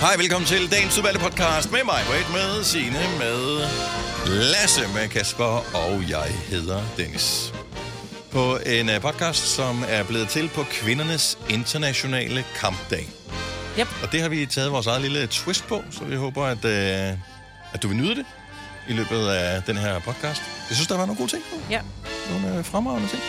Hej, velkommen til dagens udvalgte podcast med mig, med Signe, med Lasse, med Kasper, og jeg hedder Dennis. På en podcast, som er blevet til på kvindernes internationale kampdag. Yep. Og det har vi taget vores eget lille twist på, så vi håber, at du vil nyde det i løbet af den her podcast. Jeg synes, der var nogle gode ting på. Ja. Nogle fremragende ting.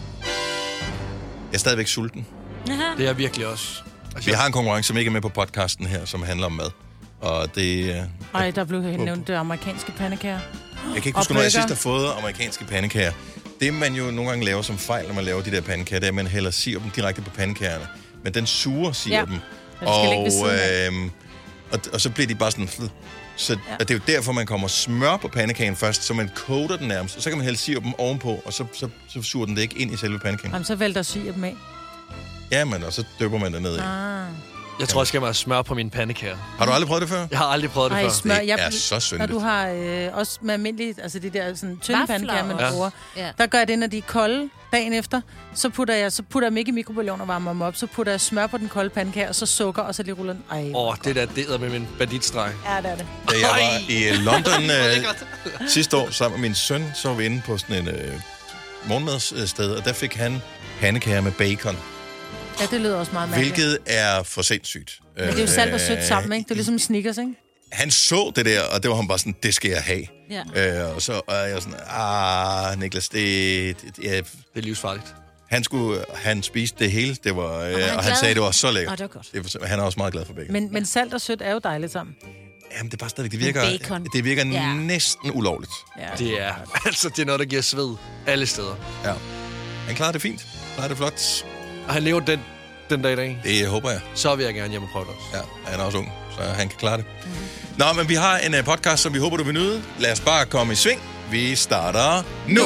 Jeg er stadigvæk sulten. Aha. Det er virkelig også. Vi har en konkurrence, som ikke er med på podcasten her, som handler om mad. Og det... Ej, der blev nævnt det amerikanske pandekager. Jeg kan ikke huske, når jeg sidst har fået amerikanske pandekager. Det, man jo nogle gange laver som fejl, når man laver de der pandekager, det er, at man hælder sirupen direkte på pandekagerne. Men den suger sirupen. Ja. Og så bliver de bare sådan... Så og det er jo derfor, man kommer smør på pandekagen først, så man koger den nærmest. Og så kan man hælde sirupen ovenpå, og så suger den det ikke ind i selve pandekagen. Jamen, så vælter sirupen af. Ja, men og så døber man det ned i. Jeg tror, jeg skal have smør på mine pandekager. Har du aldrig prøvet det før? Jeg har aldrig prøvet det før. Smør. Det er så syndigt. Når du har også med almindeligt, altså det der sådan tynde pandekager, man bruger, ja. der gør jeg det, når de er kolde dagen efter, så putter jeg dem ikke i mikrobølgeovnen og varmer dem op, så putter jeg smør på den kolde pandekage, og så sukker, og så lige ruller den. Det der med min banditstreg. Ja, det er det. Da jeg var i London sidste år sammen med min søn, så var vi inde på sådan en morgenmadssted, og der fik han pandekager med bacon. Ja, det lyder også meget mærkeligt. Hvilket er for sindssygt. Men det er jo salt og sødt sammen, ikke? Det er ligesom Snickers, ikke? Han så det der, og det var han bare sådan, det skal jeg have. Ja. Og så er jeg sådan, Niklas, det er livsfarligt. Han spiste det hele, det var, og han sagde, det var så lækkert. Det var godt. Han er også meget glad for bacon. Men salt og sødt er jo dejligt sammen. Jamen, det er bare stadigvæk, det virker næsten ulovligt. Ja. Det er noget, der giver sved alle steder. Ja. Han klarer det fint. Klarer det flot. Og han lever den dag i dag. Det håber jeg. Så vil jeg gerne hjem og prøve det også. Ja, han er også ung, så han kan klare det. Nå, men vi har en podcast, som vi håber, du vil nyde. Lad os bare komme i sving. Vi starter nu.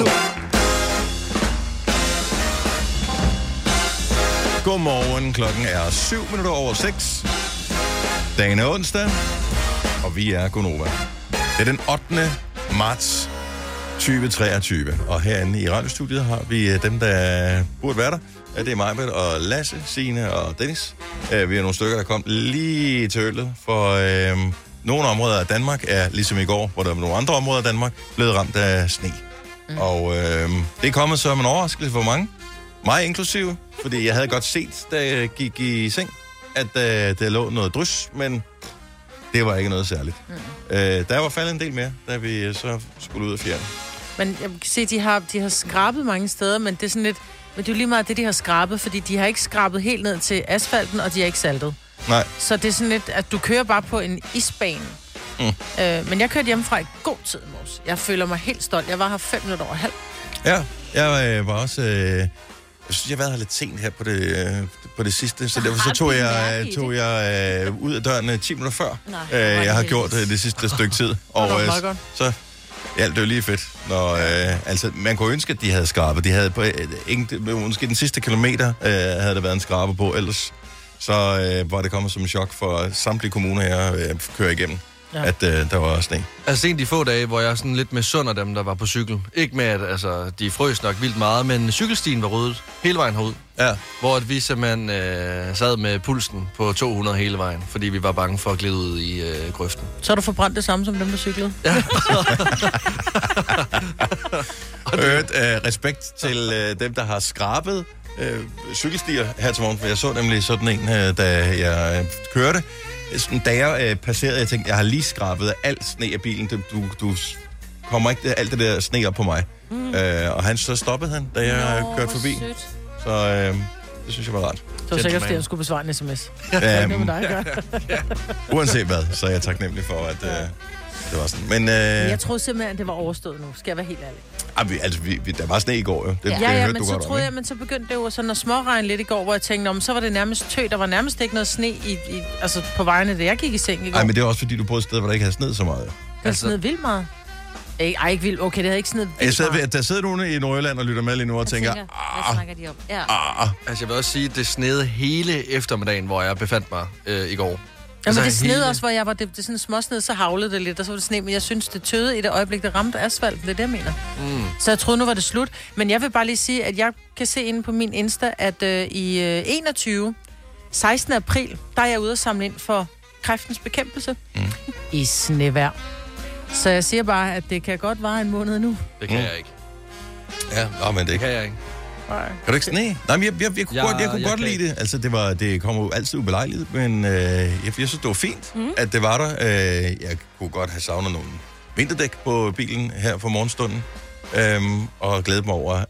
Godmorgen, klokken er 7:07. Dagen er onsdag, og vi er Gonova. Det er den 8. marts 2023, og herinde i radiostudiet har vi dem, der burde være der. Ja, det er mig, og Lasse, Signe og Dennis. Vi er nogle stykker, der kom lige til øllet, for nogle områder af Danmark er, ligesom i går, hvor der var nogle andre områder af Danmark, blevet ramt af sne. Og det er kommet som en overraskelse for mange. Mig inklusive, fordi jeg havde godt set, da jeg gik i seng, at der lå noget drys, men det var ikke noget særligt. Der var faldet en del mere, da vi så skulle ud af fjerne. Men jeg kan se, de har skrabet mange steder, men det er sådan lidt... Men det er jo lige meget det, de har skrabet, fordi de har ikke skrabet helt ned til asfalten, og de har ikke saltet. Nej. Så det er sådan lidt, at du kører bare på en isbane. Men jeg kørte hjemmefra i god tid i morges. Jeg føler mig helt stolt. Jeg var her 5 minutter over halv. Ja, jeg var også... jeg synes, jeg har været her lidt sent her på det sidste, så derfor så tog jeg ud af døren 10 minutter før. Jeg har gjort det sidste stykke tid. Og så... Ja, det var lige fedt. Når, altså, man kunne ønske, at de havde skrabet. De havde måske den sidste kilometer havde der været en skrabe på, ellers så var det kommet som en chok for samtlige kommuner, jeg kører igennem, at der var sne. Altså en af de få dage, hvor jeg sådan lidt misunder dem, der var på cykel. Ikke med, at de frøs nok vildt meget, men cykelstien var ryddet hele vejen herud. Ja. Hvor vi simpelthen sad med pulsen på 200 hele vejen, fordi vi var bange for at glide ud i grøften. Så har du forbrændt det samme som dem, der cyklede? Ja. Respekt til dem, der har skrabet cykelstier her til morgen, for jeg så nemlig sådan en, da jeg kørte. Sådan, da jeg passerede, jeg tænkte, jeg har lige skrabet alt sne af bilen. Du kommer ikke alt det der sne op på mig. Og så stoppede han, da jeg kørte forbi. Sødt. Så det synes jeg var rart. Det var sikkert, fordi jeg skulle besvare en sms. Det med dig, uanset hvad, så er jeg taknemmelig for, at det var sådan. Men jeg troede simpelthen, at det var overstået nu. Skal jeg være helt ærlig? Der var sne i går, jo. Det ja, hørte men du så godt troede om, jeg, men så begyndte det jo sådan at småregne lidt i går, hvor jeg tænkte, om så var det nærmest tø. Der var nærmest ikke noget sne altså på vejene, da jeg gik i seng i går. Nej, men det er også fordi, du boede et sted, hvor der ikke havde sneet så meget. Det har sneet vildt meget. Ej, ikke vildt. Okay, det havde ikke sneet vildt meget. Der sidder nogen i Nordjylland og lytter med lige nu og tænker, hvad snakker de om? Ja. Altså jeg vil også sige, at det snede hele eftermiddagen, hvor jeg befandt mig i går. Jamen, det snede også, hvor jeg var, det sådan småsned, så havlede det lidt, og så var det sne, men jeg synes, det tøede i det øjeblik, det ramte asfalten, det er det, jeg mener. Så jeg troede, nu var det slut. Men jeg vil bare lige sige, at jeg kan se inde på min Insta, at i 16. april, der er jeg ude at samle ind for kræftens bekæmpelse i snevejr. Så jeg siger bare, at det kan godt vare en måned nu. Det kan jeg ikke. Ja, men det kan jeg ikke. Kan du ikke sne? Nej, men jeg kunne godt lide det. Altså, det kommer jo altid ubelejligt, men jeg synes, det var fint, at det var der. Jeg kunne godt have savnet nogle vinterdæk på bilen her for morgenstunden, og glæde mig over,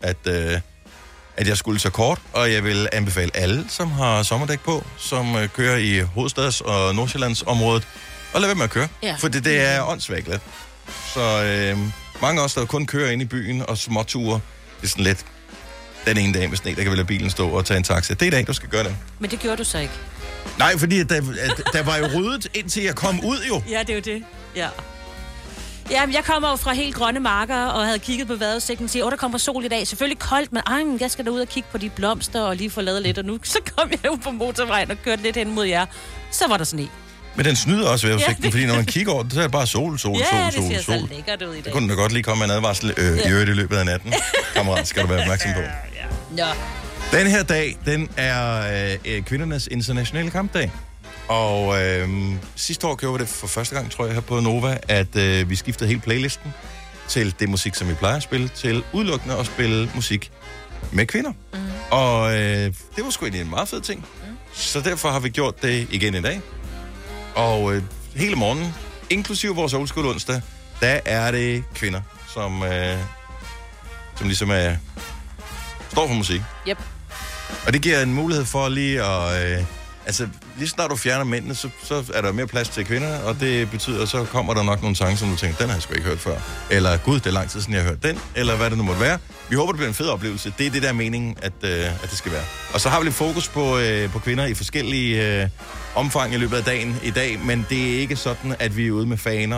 at jeg skulle så kort, og jeg vil anbefale alle, som har sommerdæk på, som kører i hovedstads- og Nordsjællandsområdet, og lad være med at køre, for det er åndssvagt let. Så mange af os, der kun kører ind i byen og småture, det er sådan lidt den ene dag med sne, der kan vel bilen stå og tage en taxa. Det er i dag, du skal gøre det. Men det gjorde du så ikke? Nej, fordi der var jo ryddet, indtil jeg kom ud jo. Ja, det er jo det. Ja. Jamen, jeg kommer jo fra helt grønne marker og havde kigget på vejrudsigten og siger, der kommer sol i dag. Selvfølgelig koldt, men jeg skal da ud og kigge på de blomster og lige få lavet lidt. Og nu så kom jeg jo på motorvejen og kørte lidt hen mod jer. Så var der sne. Men den snyder også vejrudsigten, fordi når man kigger over, så er det bare sol. Ja, det ser så lækkert ud i dag. Det kunne da godt lige komme en advarsel i løbet af natten. Kammerat, skal du være opmærksom på. Ja. Den her dag, den er kvindernes internationale kampdag. Og sidste år gjorde vi det for første gang, tror jeg, her på Nova, at vi skiftede hele playlisten til det musik, som vi plejer at spille, til udelukkende at spille musik med kvinder. Og det var sgu egentlig en meget fed ting. Så derfor har vi gjort det igen i dag. Og hele morgenen, inklusive vores old school onsdag, der er det kvinder, som ligesom står for musik. Yep. Og det giver en mulighed for lige at... lige snart du fjerner mændene, så er der mere plads til kvinder, og det betyder, at så kommer der nok nogle sange, som du tænker, den har jeg sgu ikke hørt før. Eller, gud, det er lang tid siden, jeg har hørt den, eller hvad det nu måtte være. Vi håber, det bliver en fed oplevelse. Det er det der meningen, at det skal være. Og så har vi lidt fokus på kvinder i forskellige omfang i løbet af dagen i dag, men det er ikke sådan, at vi er ude med faner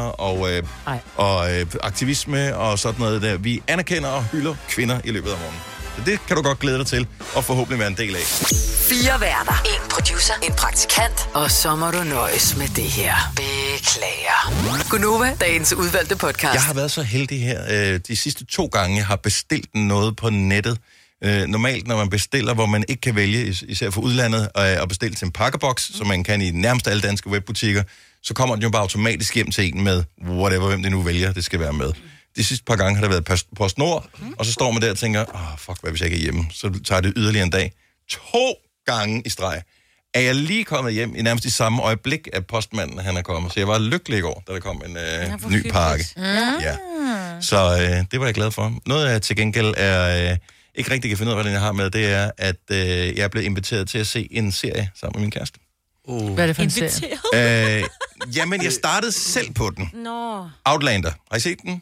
og aktivisme og sådan noget der. Vi anerkender og hylder kvinder i løbet af morgenen. Så det kan du godt glæde dig til, og forhåbentlig være en del af. 4 værter, 1 producer, en praktikant, og så må du nøjes med det her. Beklager. Gunova, dagens udvalgte podcast. Jeg har været så heldig her de sidste 2 gange, jeg har bestilt noget på nettet. Normalt, når man bestiller, hvor man ikke kan vælge, især for udlandet, og bestille til en pakkeboks, som man kan i nærmest alle danske webbutikker, så kommer den jo bare automatisk hjem til en med whatever, hvem det nu vælger, det skal være med. De sidste par gange har der været PostNord, og så står man der og tænker, fuck, hvad hvis jeg ikke er hjemme? Så tager det yderligere en dag. 2 gange i streg er jeg lige kommet hjem i nærmest i samme øjeblik, at postmanden han er kommet. Så jeg var lykkelig i går, da der kom en ny pakke. Ja. Så det var jeg glad for. Noget jeg til gengæld er ikke rigtig kan finde ud af, hvordan jeg har med, det er, at jeg er blevet inviteret til at se en serie sammen med min kæreste. Hvad er det for en serie? Jamen, jeg startede selv på den. Outlander. Har I set den?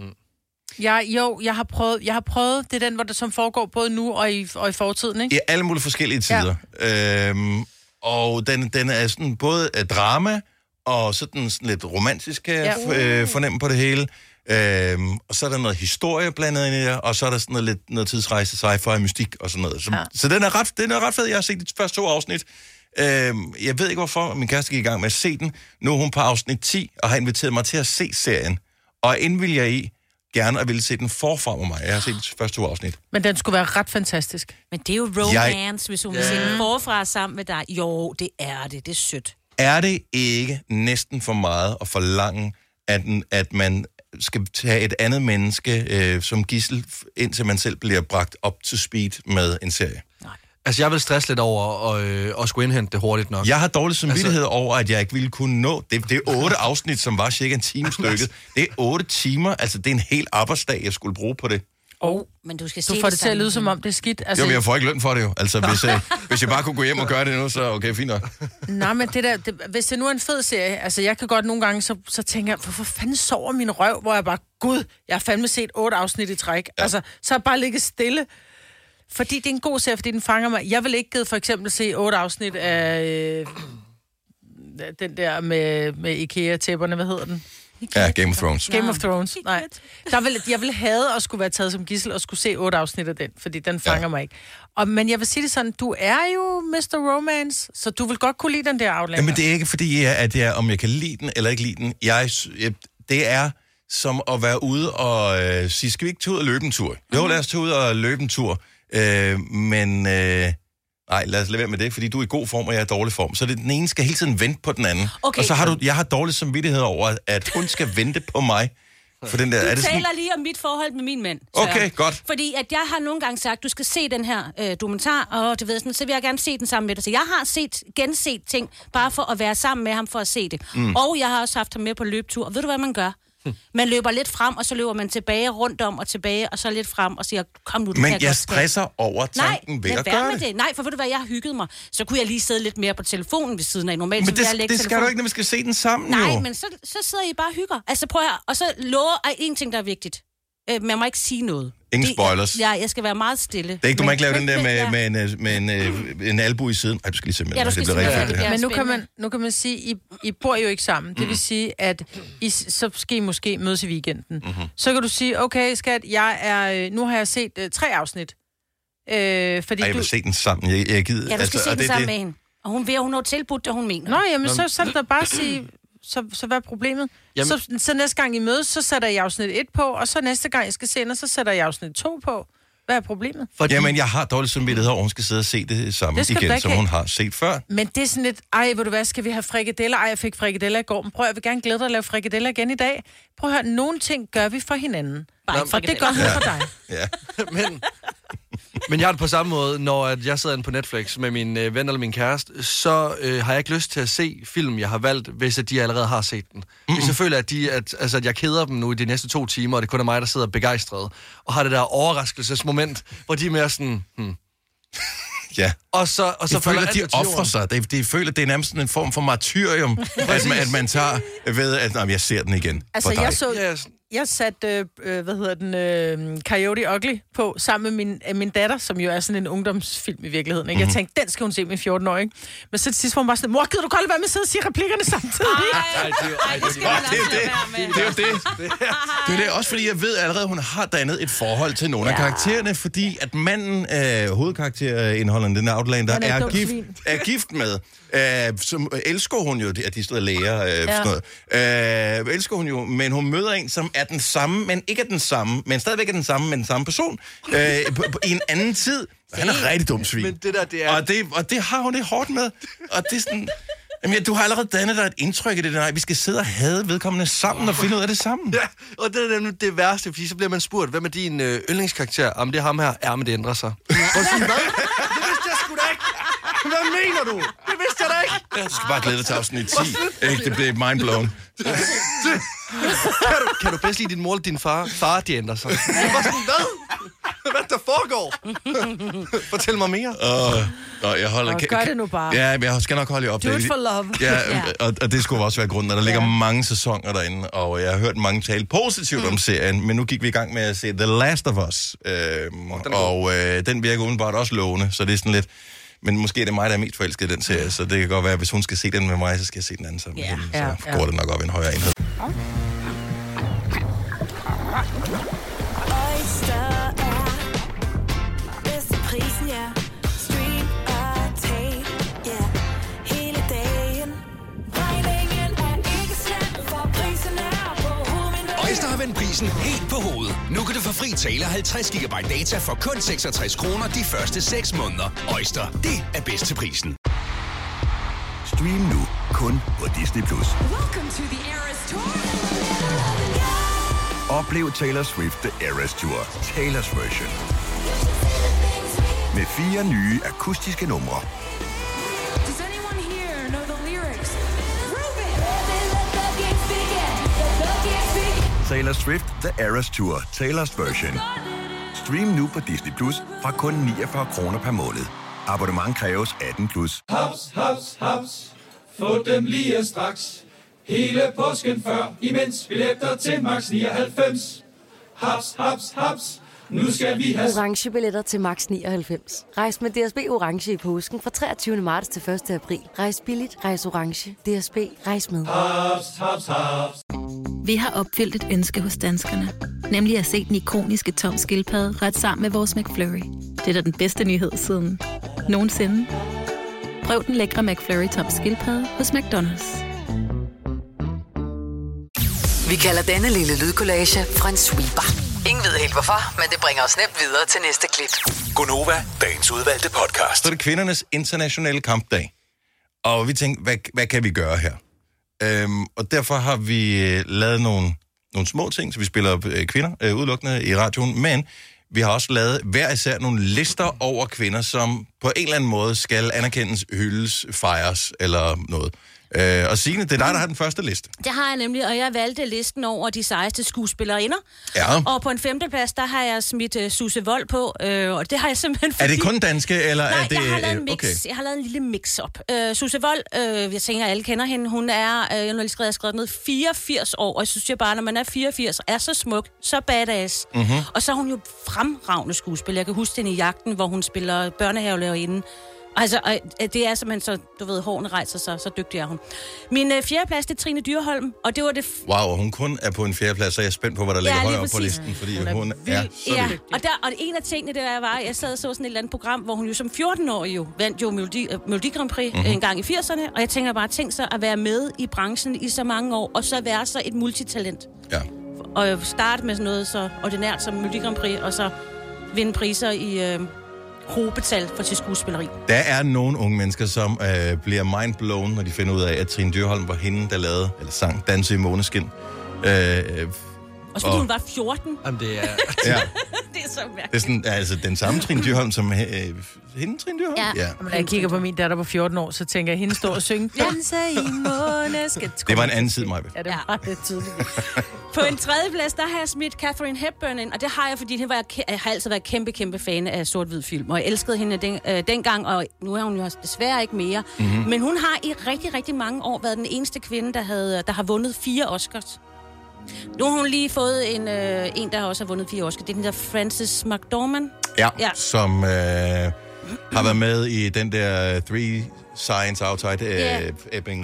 Jeg har prøvet. Det er den, som foregår både nu og i fortiden, ikke? I alle mulige forskellige tider. Ja. Og den er sådan både drama og sådan lidt romantisk, kan jeg fornemme på det hele. Og så er der noget historie blandet ind i det, og så er der sådan noget tidsrejse, sci-fi, mystik og sådan noget. Så den er ret fed. Jeg har set de første 2 afsnit. Jeg ved ikke, hvorfor min kæreste gik i gang med at se den. Nu er hun på afsnit 10 og har inviteret mig til at se serien. Og indvilger jeg i gerne at ville se den forfra med mig. Jeg har set de første 2 afsnit. Men den skulle være ret fantastisk. Men det er jo romance, hvis hun vil se den forfra sammen med dig. Jo, det er det. Det er sødt. Er det ikke næsten for meget at forlange, at man skal tage et andet menneske som gidsel, indtil man selv bliver bragt op til speed med en serie? Nej. Altså, jeg vil stresse lidt over at skulle indhente det hurtigt nok. Jeg har dårlig samvittighed over, at jeg ikke ville kunne nå. Det er 8 afsnit, som var cirka en time stykket. Det er 8 timer. Altså, det er en hel arbejdsdag, jeg skulle bruge på det. Men du skal får det til at lyde, som om det er skidt. Altså, jo, men jeg får ikke løn for det jo. Altså, hvis jeg bare kunne gå hjem og gøre det nu, så okay, fint nok. Nej, men hvis det nu er en fed serie, altså jeg kan godt nogle gange, så tænker jeg, hvorfor fanden sover min røv, hvor jeg bare, gud, jeg har fandme set 8 afsnit i træk. Ja. Altså, så har jeg bare ligget stille. Fordi det er en god serie, fordi den fanger mig. Jeg vil ikke give for eksempel se 8 afsnit af den der med IKEA-tæpperne, hvad hedder den? Ja, Game of Thrones. Game of Thrones, nej. Jeg vil have at skulle være taget som gidsel og skulle se 8 afsnit af den, fordi den fanger mig ikke. Men jeg vil sige det sådan, du er jo Mr. Romance, så du vil godt kunne lide den der Outlander. Jamen det er ikke fordi, at det er, om jeg kan lide den eller ikke lide den. Det er som at være ude og sige, skal vi ikke tage ud og løbe en tur? Jo, lad os tage ud og løbe en tur. Men Nej, lad os lade være med det, fordi du er i god form, og jeg er i dårlig form. Så den ene skal hele tiden vente på den anden. Okay. Og så har jeg har dårlig samvittighed over, at hun skal vente på mig. For den der, Du er det taler sådan... lige om mit forhold med min mand. Okay, godt. Fordi at jeg har nogle gange sagt, du skal se den her dokumentar, og det ved sådan, så vil jeg gerne se den sammen med dig. Så jeg har genset ting, bare for at være sammen med ham, for at se det. Og jeg har også haft ham med på løbetur. Og ved du, hvad man gør? Man løber lidt frem, og så løber man tilbage, rundt om og tilbage, og så lidt frem, og siger, kom nu, du Men kan jeg godt stresser over tanken ved at gøre det. Nej, for ved du hvad, jeg har hygget mig. Så kunne jeg lige sidde lidt mere på telefonen ved siden af. Normalt, Men så jeg det skal du ikke, når vi skal se den sammen, Nej, jo. men så sidder I bare og hygger. Altså prøv her, og så lover en ting, der er vigtigt. Man må ikke sige noget. Ingen spoilers. Ja, jeg skal være meget stille. Det er ikke, du må ikke lave den der med en albu i siden. Ej, du skal lige se med. Ja, du skal det bliver rigtig se fedt, det her. Men nu kan man sige, I bor jo ikke sammen. Det vil sige, at så skal I måske mødes i weekenden. Så kan du sige, okay skat, nu har jeg set 3 afsnit. Fordi Ej, jeg vil se den sammen. Jeg gider. Ja, du skal se den sammen med hende. Og hun har tilbudt det, hun mener. Nå, jamen så er det da bare at sige, så hvad er problemet? Så næste gang I mødes, så sætter I afsnit 1 på, og så næste gang I skal se den, så sætter I afsnit 2 på. Hvad er problemet? Jamen, jeg har dårlig samvittighed over, hun skal sidde og se det samme igen, som hun har set før. Men det er sådan lidt, ved du hvad, skal vi have frikadeller? Ej, jeg fik frikadeller i går, men prøv, jeg vil gerne glæde dig at lave frikadeller igen i dag. Prøv at høre, nogle ting gør vi for hinanden. Og det gør hun for dig. Ja. Men jeg har det på samme måde, når at jeg sidder inde på Netflix med min ven eller min kæreste, så har jeg ikke lyst til at se film, jeg har valgt, hvis at de allerede har set den. Hvis jeg føler, at jeg keder dem nu i de næste 2 timer, og det kun er mig, der sidder begejstret, og har det der overraskelsesmoment, hvor de er mere sådan... Ja. Og så føler, at de offrer sig. De føler, at det er nærmest en form for martyrium, at man tager ved, at jeg ser den igen for dig. Jeg satte, Coyote Ugly på sammen med min datter, som jo er sådan en ungdomsfilm i virkeligheden. Ikke? Jeg tænkte, den skal hun se med 14 år, ikke? Men så til sidst var hun bare sådan, mor, gider du godt være med at sidde og sige replikkerne samtidig? Det er det også, fordi jeg ved allerede, hun har dannet et forhold til nogle af karaktererne, fordi at manden, hovedkarakterindholderen, den Outlander, er gift med. Som elsker hun jo, at de står læger, elsker hun jo, men hun møder en, som er den samme, men ikke er den samme, men stadigvæk er den samme, men den samme person, i en anden tid. Han er rigtig dum svin. Men det der, det er... Og det har hun det hårdt med. Og det er sådan... Jamen, du har allerede dannet dig et indtryk af det der. Vi skal sidde og hade vedkommende sammen og finde ud af det sammen. Ja, og det er nemlig det værste, fordi så bliver man spurgt, hvem er din yndlingskarakter? Om det er ham her? Ja, men det ændrer sig. Og sådan, hvad? Det vidste jeg sgu da ikke. Hvad mener du? Det vidste jeg da ikke. Jeg skal bare glæde dig til afsnit 10. Det bliver mindblown. Kan du bedst lide din mor eller din far? Far, de ændrer sig. Jeg var sådan, hvad? Hvad der foregår? Fortæl mig mere. Jeg holder... Gør det nu bare. Ja, jeg skal nok holde jer op. Do it for love. Ja, og det skulle også være grunden. Der ligger mange sæsoner derinde, og jeg har hørt mange tale positivt om serien, men nu gik vi i gang med at se The Last of Us. Den virker udenbart også lovende, så det er sådan lidt... Men måske er det mig, der er mest forelsket i den serie, så det kan godt være, at hvis hun skal se den med mig, så skal jeg se den anden sammen med hende. Så går det nok op i en højere enhed. Øjster har vendt prisen helt på hovedet. Nu kan du få fri tale 50 GB data for kun 66 kroner de første 6 måneder. Øjster, det er bedst til prisen. Stream nu kun på Disney+. Oplev Taylor Swift The Eras Tour, Taylor's version. Med 4 nye akustiske numre. Taylor Swift The Eras Tour, Taylor's version. Stream nu på Disney Plus fra kun 49 kroner per måned. Abonnement kræves 18+. Haps, haps, haps. Få dem lige straks. Hele påsken før, imens billetter til max 99. Haps, haps, haps. Nu skal vi have orange billetter til max 99. Rejs med DSB orange i påsken fra 23. marts til 1. april. Rejs billigt, rejs orange. DSB, rejs med. haps, haps, haps. Vi har opfyldt et ønske hos danskerne. Nemlig at se den ikoniske Tom Skildpadde ret sammen med vores McFlurry. Det er da den bedste nyhed siden nogensinde. Prøv den lækre McFlurry Tom Skildpadde hos McDonald's. Vi kalder denne lille lydkollage en sweeper. Ingen ved helt hvorfor, men det bringer os nemt videre til næste klip. Gonova, dagens udvalgte podcast. Så er det kvindernes internationale kampdag. Og vi tænkte, hvad kan vi gøre her? Og derfor har vi lavet nogle små ting, så vi spiller kvinder udelukkende i radioen, men vi har også lavet hver især nogle lister over kvinder, som på en eller anden måde skal anerkendes, hyldes, fejres eller noget. Og Signe, det er dig, der har den første liste. Det har jeg nemlig, og jeg valgte listen over de sejeste skuespillerinder. Ja. Og på en 5. plads, der har jeg smidt Susse Wold på, og det har jeg simpelthen fordi... Er det kun danske, eller nej, er det... jeg har lavet en mix. Okay. Jeg har lavet en lille mix-up. Susse Wold, jeg tænker, alle kender hende. Hun er, jeg har skrevet ned, 84 år, og jeg synes bare, når man er 84, er så smuk, så badass. Mm-hmm. Og så er hun jo fremragende skuespiller. Jeg kan huske hende i Jagten, hvor hun spiller børnehavelærerinde. Altså, det er simpelthen så, du ved, hårene rejser sig, så dygtig er hun. Min 4. plads, det er Trine Dyrholm, og det var det... Wow, hun kun er på en 4. plads, så jeg er spændt på, hvad der ligger højere op på listen, fordi hun er så dygtig. Og en af tingene, det var, jeg sad og så sådan et eller andet program, hvor hun jo som 14-årig jo vandt jo Melodi Grand Prix en gang i 80'erne, og jeg tænker bare, tænk sig at være med i branchen i så mange år, og så være så et multitalent. Ja. Og starte med sådan noget så ordinært som Melodi Grand Prix, og så vinde priser i... hobetal for til skuespilleri. Der er nogle unge mennesker, som bliver mindblown, når de finder ud af, at Trine Dyrholm var hende, der lavede, eller sang Danse i Måneskin. Også fordi hun var 14. Jamen, det er... Ja. Det er så mærkeligt. Det er sådan, altså den samme Trine Dyrholm, som hende Trine Dyrholm? Ja. Når jeg kigger på min datter på 14 år, så tænker jeg, hende står og synge Danse i Måneskin. Det var en anden tid, Maja. Ja, det var lidt tydeligt. På en 3. plads, der har jeg smidt Katharine Hepburn ind, og det har jeg, fordi jeg har altid været kæmpe fan af sort-hvid film, og jeg elskede hende dengang, og nu er hun jo desværre ikke mere. Mm-hmm. Men hun har i rigtig mange år været den eneste kvinde, der har vundet 4 Oscars. Nu har hun lige fået en, der også har vundet 4 Oscars. Det er den der Frances McDormand. Ja. Som har været med i den der Three Signs Outside Ebbing.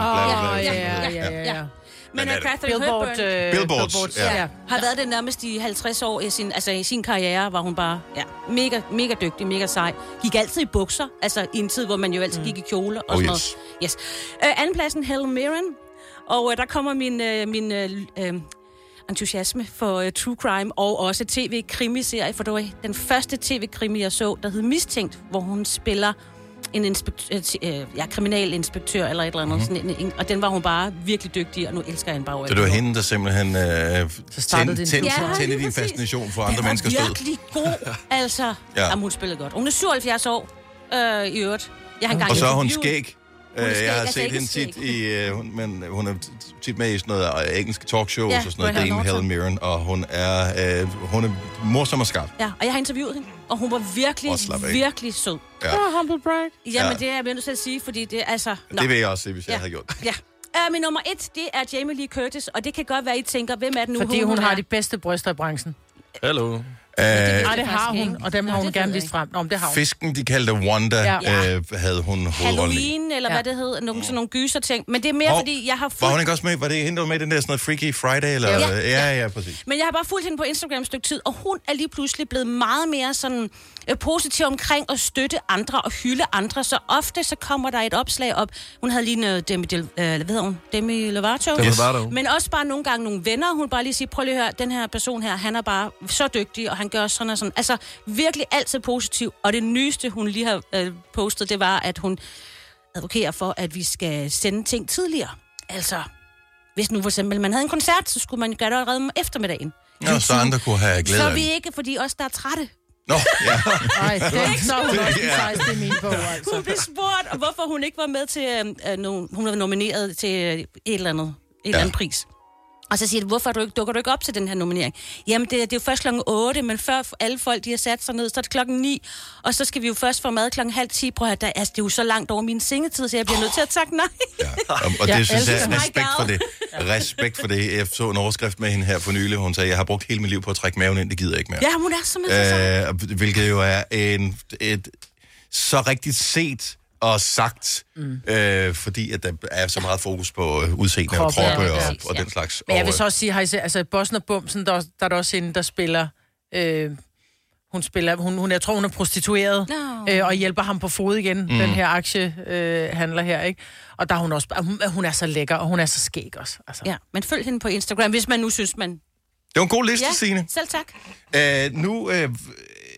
Ja. Men Katharine Hepburn Billboards, har været det nærmest i 50 år i sin karriere, var hun bare mega dygtig, mega sej. Gik altid i bukser, altså i en tid, hvor man jo altid gik i kjole og sådan noget. Yes. Andenpladsen, Helen Mirren, og der kommer min entusiasme for true crime og også tv-krimiserie, for det var den første tv-krimi, jeg så, der hed Mistænkt, hvor hun spiller en kriminalinspektør eller et eller andet. Sådan og den var hun bare virkelig dygtig, og nu elsker jeg hende bare over. Så det var hende, der simpelthen tændte din fascination for andre menneskers død. Den var virkelig god, altså. Jamen, hun spillede godt. Hun er 77 år i øvrigt. Og så er hun skæg. Jeg har set hende tit men hun er tit med i sådan noget engelske talkshows og sådan noget. Dame Helen Mirren, og hun er morsom og skarp. Ja, og jeg har interviewet hende, og hun var virkelig sød. Ja. Humble brag. Jamen, det er jeg nødt til at sige, fordi det er altså... Det vil jeg også se, hvis jeg havde gjort. Ja. Min nummer 1, det er Jamie Lee Curtis, og det kan godt være, I tænker, hvem er det nu? Fordi hun har de bedste bryster i branchen. Hello. Nej, det har hun, og dem har hun gerne vist frem. Det har hun. Fisken, de kaldte Wanda, havde hun hovedrollen i. Halloween, eller hvad det hed, sådan nogle gyser-ting. Men det er mere, fordi jeg har fulgt... Var hun ikke også med? Var det hende, der var med i den der sådan noget Freaky Friday? Eller? Ja, præcis. Men jeg har bare fulgt hende på Instagram et stykke tid, og hun er lige pludselig blevet meget mere sådan positiv omkring at støtte andre og hylde andre. Så ofte så kommer der et opslag op. Hun havde lige noget Demi Lovato. Men også bare nogle gange nogle venner. Hun bare lige siger, prøv lige at høre, den her person her, han er bare så dygtig, og han gør sådan og sådan. Altså virkelig altid positiv. Og det nyeste, hun lige har postet, det var, at hun advokerer for, at vi skal sende ting tidligere. Altså, hvis nu for eksempel man havde en koncert, så skulle man gøre det allerede om eftermiddagen. Ja, så andre kunne have glæde af så vi ikke, fordi os, der er trætte. Nå, ja. Nej, det er ikke så min bog, altså. Hun blev spurgt, hvorfor hun ikke var med til, hun var nomineret til et eller andet pris. Og så siger de, hvorfor dukker du ikke op til den her nominering? Jamen, det er jo først 8:00, men før alle folk de har sat sig ned, så er det 9:00, og så skal vi jo først få mad 9:30. Prøv at det er jo så langt over min sengetid, så jeg bliver nødt til at takke nej. Ja. Og det synes jeg er respekt for det. Respekt for det. Jeg så en overskrift med hende her for nylig. Hun sagde, jeg har brugt hele mit liv på at trække maven ind, det gider jeg ikke mere. Ja, hun er simpelthen hvilket jo er et så rigtigt set og sagt, fordi at der er så meget fokus på udseende og kroppe og den slags. Men jeg vil så også sige, altså i Bossen og Bumsen, der er der også en, der spiller... jeg tror, hun er prostitueret, og hjælper ham på fod igen, den her aktiehandler her, ikke? Og der er hun også... Hun er så lækker, og hun er så skæg også. Altså. Ja, men følg hende på Instagram, hvis man nu synes, man... Det var en god liste, Signe. Selv tak. Nu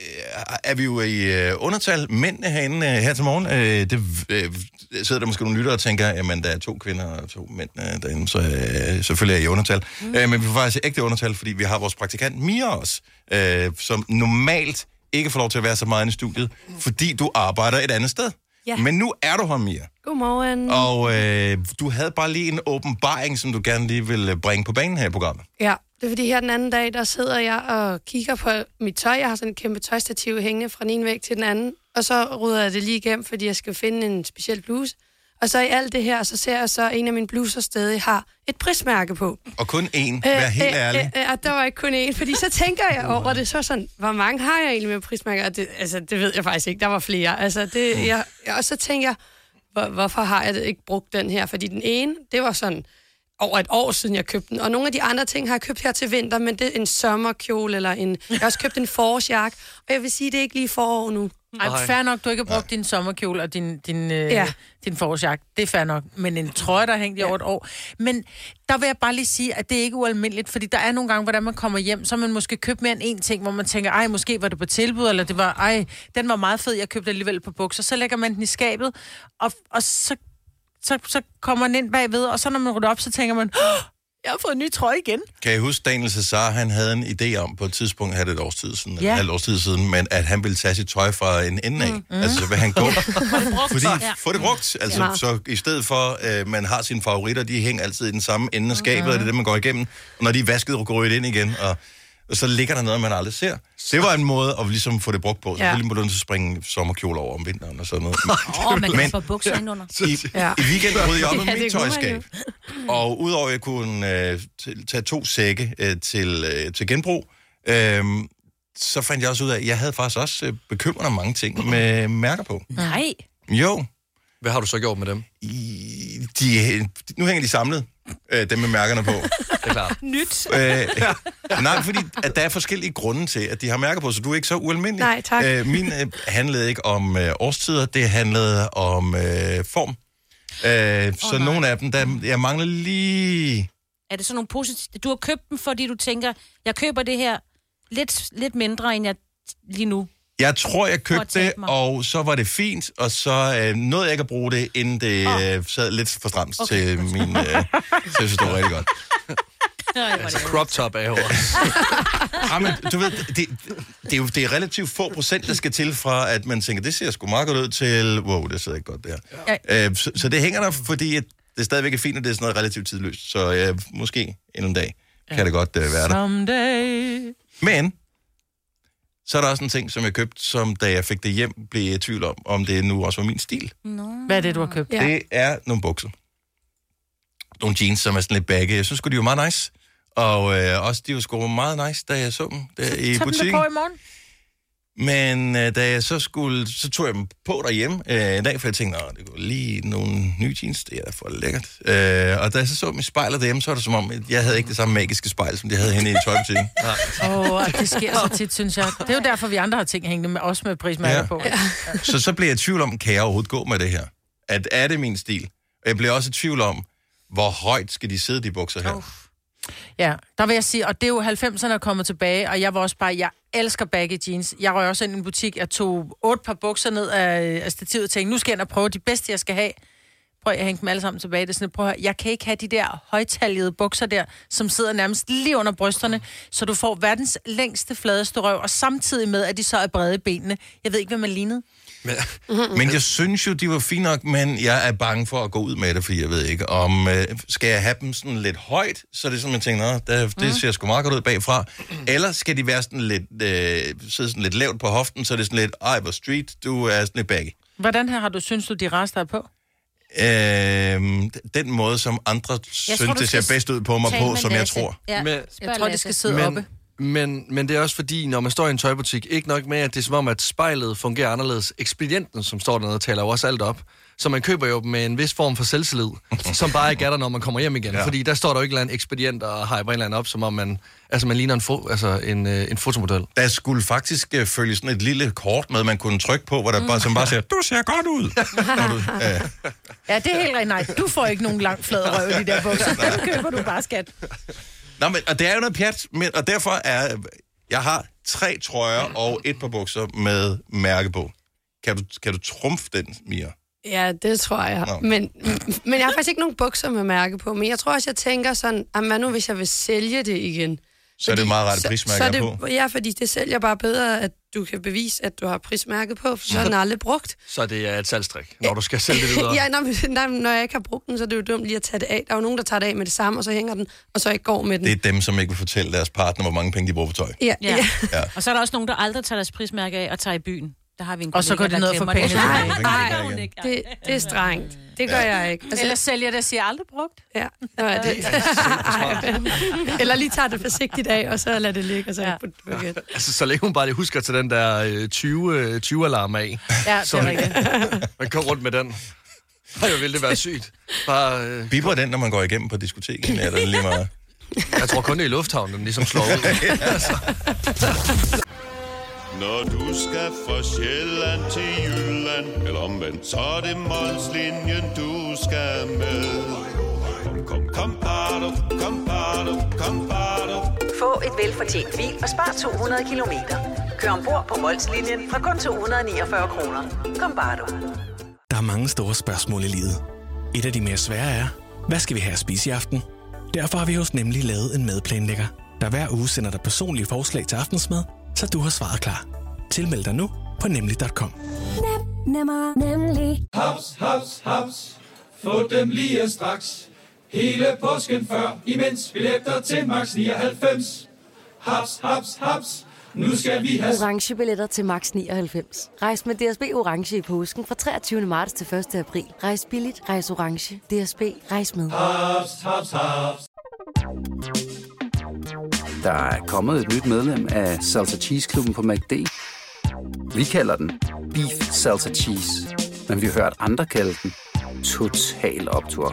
er vi jo i undertal. Mændene herinde her til morgen, sidder der måske nogle lyttere og tænker, jamen der er 2 kvinder og 2 mænd derinde, så selvfølgelig er I i undertal. Men vi får faktisk ægte undertal, fordi vi har vores praktikant Mia også, som normalt ikke får lov til at være så meget inde i studiet, fordi du arbejder et andet sted. Ja. Men nu er du her, Mia. Godmorgen. Og du havde bare lige en åbenbaring, som du gerne lige vil bringe på banen her i programmet. Ja, det er fordi her den anden dag, der sidder jeg og kigger på mit tøj. Jeg har sådan et kæmpe tøjstativ hængende fra den ene væg til den anden. Og så rydder jeg det lige igennem, fordi jeg skal finde en speciel bluse. Og så i alt det her, så ser jeg så, en af mine bluser stadig har et prismærke på. Og kun én, vær helt ærlig. Der var ikke kun én, fordi så tænker jeg over det, så sådan, hvor mange har jeg egentlig med prismærker? Og det ved jeg faktisk ikke, der var flere. Og så tænker jeg, hvorfor har jeg ikke brugt den her? Fordi den ene, det var sådan over et år siden, jeg købte den. Og nogle af de andre ting har jeg købt her til vinter, men det er en sommerkjole, eller jeg har også købt en forårsjakke. Og jeg vil sige, det er ikke lige forår nu. Ej, fair nok, du ikke har brugt din sommerkjole og din forårsjakke. Det er fair nok. Men en trøje, der er hængt i over et år. Men der vil jeg bare lige sige, at det er ikke ualmindeligt, fordi der er nogle gange, hvordan man kommer hjem, så man måske købt mere end én ting, hvor man tænker, ej, måske var det på tilbud, eller det var, ej, den var meget fed, jeg købte alligevel på bukser. Så lægger man den i skabet, og så kommer den ind bagved, og så når man rydder op, så tænker man, jeg har fået en ny trøje igen. Kan I huske, Daniel Cesar, han havde en idé om på et tidspunkt, havde det et års tid siden, eller et halvt års tid siden, men at han ville tage sit tøj fra en ende af. Altså, vil han gå? Få det brugt. Altså, så i stedet for, man har sine favoritter, de hænger altid i den samme ende af skabet, og det er det, man går igennem. Og når de er vasket, går det ind igen, og så ligger der noget, man aldrig ser. Det var en måde at ligesom få det brugt på. Selvfølgelig må du så springe sommerkjole over om vinteren og sådan noget. Man kan få bukser indenunder. I weekenden rydde jeg op med mit tøjskab. Og udover at jeg kunne tage 2 sække til genbrug, så fandt jeg også ud af, at jeg havde faktisk også bekymrende mange ting med mærker på. Nej. Jo. Hvad har du så gjort med dem? Nu hænger de samlet, dem med mærkerne på. Det er klart. Nyt. Nej, fordi at der er forskellige grunde til, at de har mærker på, så du er ikke så ualmindelig. Nej, tak. Min handlede ikke om årstider, det handlede om form. Så nogle af dem, jeg mangler lige... Er det sådan nogle positive... Du har købt dem, fordi du tænker, jeg køber det her lidt mindre, end jeg lige nu. Jeg tror, jeg købte det, og så var det fint, og så nåede jeg ikke at bruge det, inden det sad lidt for stramt til min... Så jeg synes, det var rigtig godt. Altså crop top er jo også. Ja, men du ved, det er relativt få procent, der skal til fra, at man tænker, det ser sgu meget godt ud, til, wow, det sidder ikke godt der. Ja. Så det hænger der, fordi at det stadigvæk er fint, og det er sådan noget relativt tidløst. Så måske en dag kan det godt være der. Someday. Men så er der også en ting, som jeg købte, som da jeg fik det hjem, blev jeg i tvivl om det nu også var min stil. Hvad er det, du har købt? Det er nogle bukser. Nogle jeans, som er sådan lidt bagge. Jeg synes sgu, de var meget nice. Og også, de var sgu meget nice, da jeg så dem der i butikken. Så dem på i morgen? Men da jeg så tog jeg dem på derhjemme en dag, for jeg tænkte, det kunne lige nogle nye jeans, det er for lækkert. Og da jeg så dem i spejlet derhjemme, så var det som om, jeg havde ikke det samme magiske spejl, som de havde henne i tøjbutikken. Det sker så tit, synes jeg. Det er jo derfor, vi andre har ting hængende med, også med prismærker på. Ja. Så blev jeg i tvivl om, kan jeg overhovedet gå med det her? Er det min stil? Og jeg blev også i tvivl om, hvor højt skal de sidde, de bukser her? Ja, der vil jeg sige, og det er jo 90'erne er kommet tilbage, og jeg var også bare, jeg elsker baggy jeans. Jeg røg også ind i en butik, jeg tog 8 par bukser ned af stativet og tænkte, nu skal jeg ind og prøve de bedste, jeg skal have. Prøv at hænge dem alle sammen tilbage. Det er sådan, prøv at høre, jeg kan ikke have de der højtaljede bukser der, som sidder nærmest lige under brysterne, så du får verdens længste, fladeste røv, og samtidig med, at de så er brede i benene. Jeg ved ikke, hvad man lignede. Men jeg synes jo, de var fine nok, men jeg er bange for at gå ud med det, fordi jeg ved ikke, om skal jeg have dem sådan lidt højt, så er det sådan, man tænker, det ser sgu meget godt ud bagfra, eller skal de være sådan lidt, sidde sådan lidt lavt på hoften, så er det sådan lidt, hvor street, du er sådan lidt baggy. Hvordan her har du, synes du, de rester er på? Den måde, som andre synes, det ser bedst ud på mig på, som jeg tror. Ja. Jeg tror, det skal sidde oppe. Men det er også fordi, når man står i en tøjbutik, ikke nok med, at det er som om, at spejlet fungerer anderledes. Ekspedienten, som står dernede, taler jo også alt op. Så man køber jo med en vis form for selvtillid, som bare ikke er der, når man kommer hjem igen. Ja. Fordi der står der jo ikke en eller anden ekspedient og hyper en eller anden op, som om man ligner en fotomodel. Der skulle faktisk følge sådan et lille kort med, man kunne trykke på, hvor der bare, som bare siger, du ser godt ud. Ja, det er helt rent. Nej, du får ikke nogen lang flad røv i de der bukser. Den køber du bare, skat. Nå, men og det er jo noget pjat, og derfor er... Jeg har 3 trøjer og 1 par bukser med mærke på. Kan du trumfe den, Mia? Ja, det tror jeg. Nå. Men jeg har faktisk ikke nogen bukser med mærke på, men jeg tror også, jeg tænker sådan, hvad nu, hvis jeg vil sælge det igen? Så er det meget rette prismærker på? Ja, fordi det sælger bare bedre, at du kan bevise, at du har prismærket på, for så er den aldrig brugt. Så det er et salgstrik, når du skal sælge det videre? Ja, når jeg ikke har brugt den, så er det jo dumt lige at tage det af. Der er jo nogen, der tager det af med det samme, og så hænger den, og så ikke går med den. Det er dem, som ikke vil fortælle deres partner, hvor mange penge de bruger på tøj. Ja. Og så er der også nogen, der aldrig tager deres prismærke af og tager i byen. Der har vi en og så går det ned for penge. Nej, det er strengt. Det gør jeg ikke. Altså, eller sælger det, siger aldrig brugt. Ja, det. Eller lige tager det forsigtigt af, og så lader det ligge, og så putte det på igen. Altså, så længe hun bare lige husker til den der 20-alarm af. Ja, det er rigtigt. Man går rundt med den. Ej, hvor ville det være sygt. Bare, Biber den, når man går igennem på diskoteket, eller lige meget? Jeg tror kun, det er i lufthavnen, den ligesom slår ud. Når du skal fra Sjælland til Jylland, eller omvendt, så er det Molslinjen, du skal med. Kom, bado, kom, bado. Få et velfortjent bil og spar 200 kilometer. Kør ombord på Molslinjen fra kun 249 kroner. Kom, bare du. Der er mange store spørgsmål i livet. Et af de mere svære er, hvad skal vi have at spise i aften? Derfor har vi hos Nemlig lavet en madplanlægger, der hver uge sender dig personlige forslag til aftensmad, så du har svaret klar. Tilmeld dig nu på nemlig.com. Nemlig. Haps, haps, haps. Få dem lige straks. Hele påsken før, imens billetter til max 99. Haps, haps, haps. Nu skal vi have orange billetter til max 99. Rejs med DSB orange i påsken fra 23. marts til 1. april. Rejs billigt, rejs orange. DSB, rejs med. haps, haps, haps. Der er kommet et nyt medlem af Salsa Cheese Klubben på McD. Vi kalder den Beef Salsa Cheese, men vi har hørt andre kalde den Total Optur.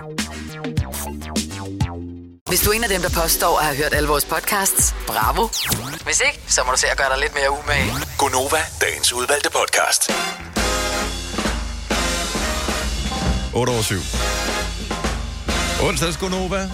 Hvis du er en af dem, der påstår at have hørt alle vores podcasts, bravo. Hvis ikke, så må du se at gøre dig lidt mere umage. Gonova, dagens udvalgte podcast. 8/7. Onsdags Gonova.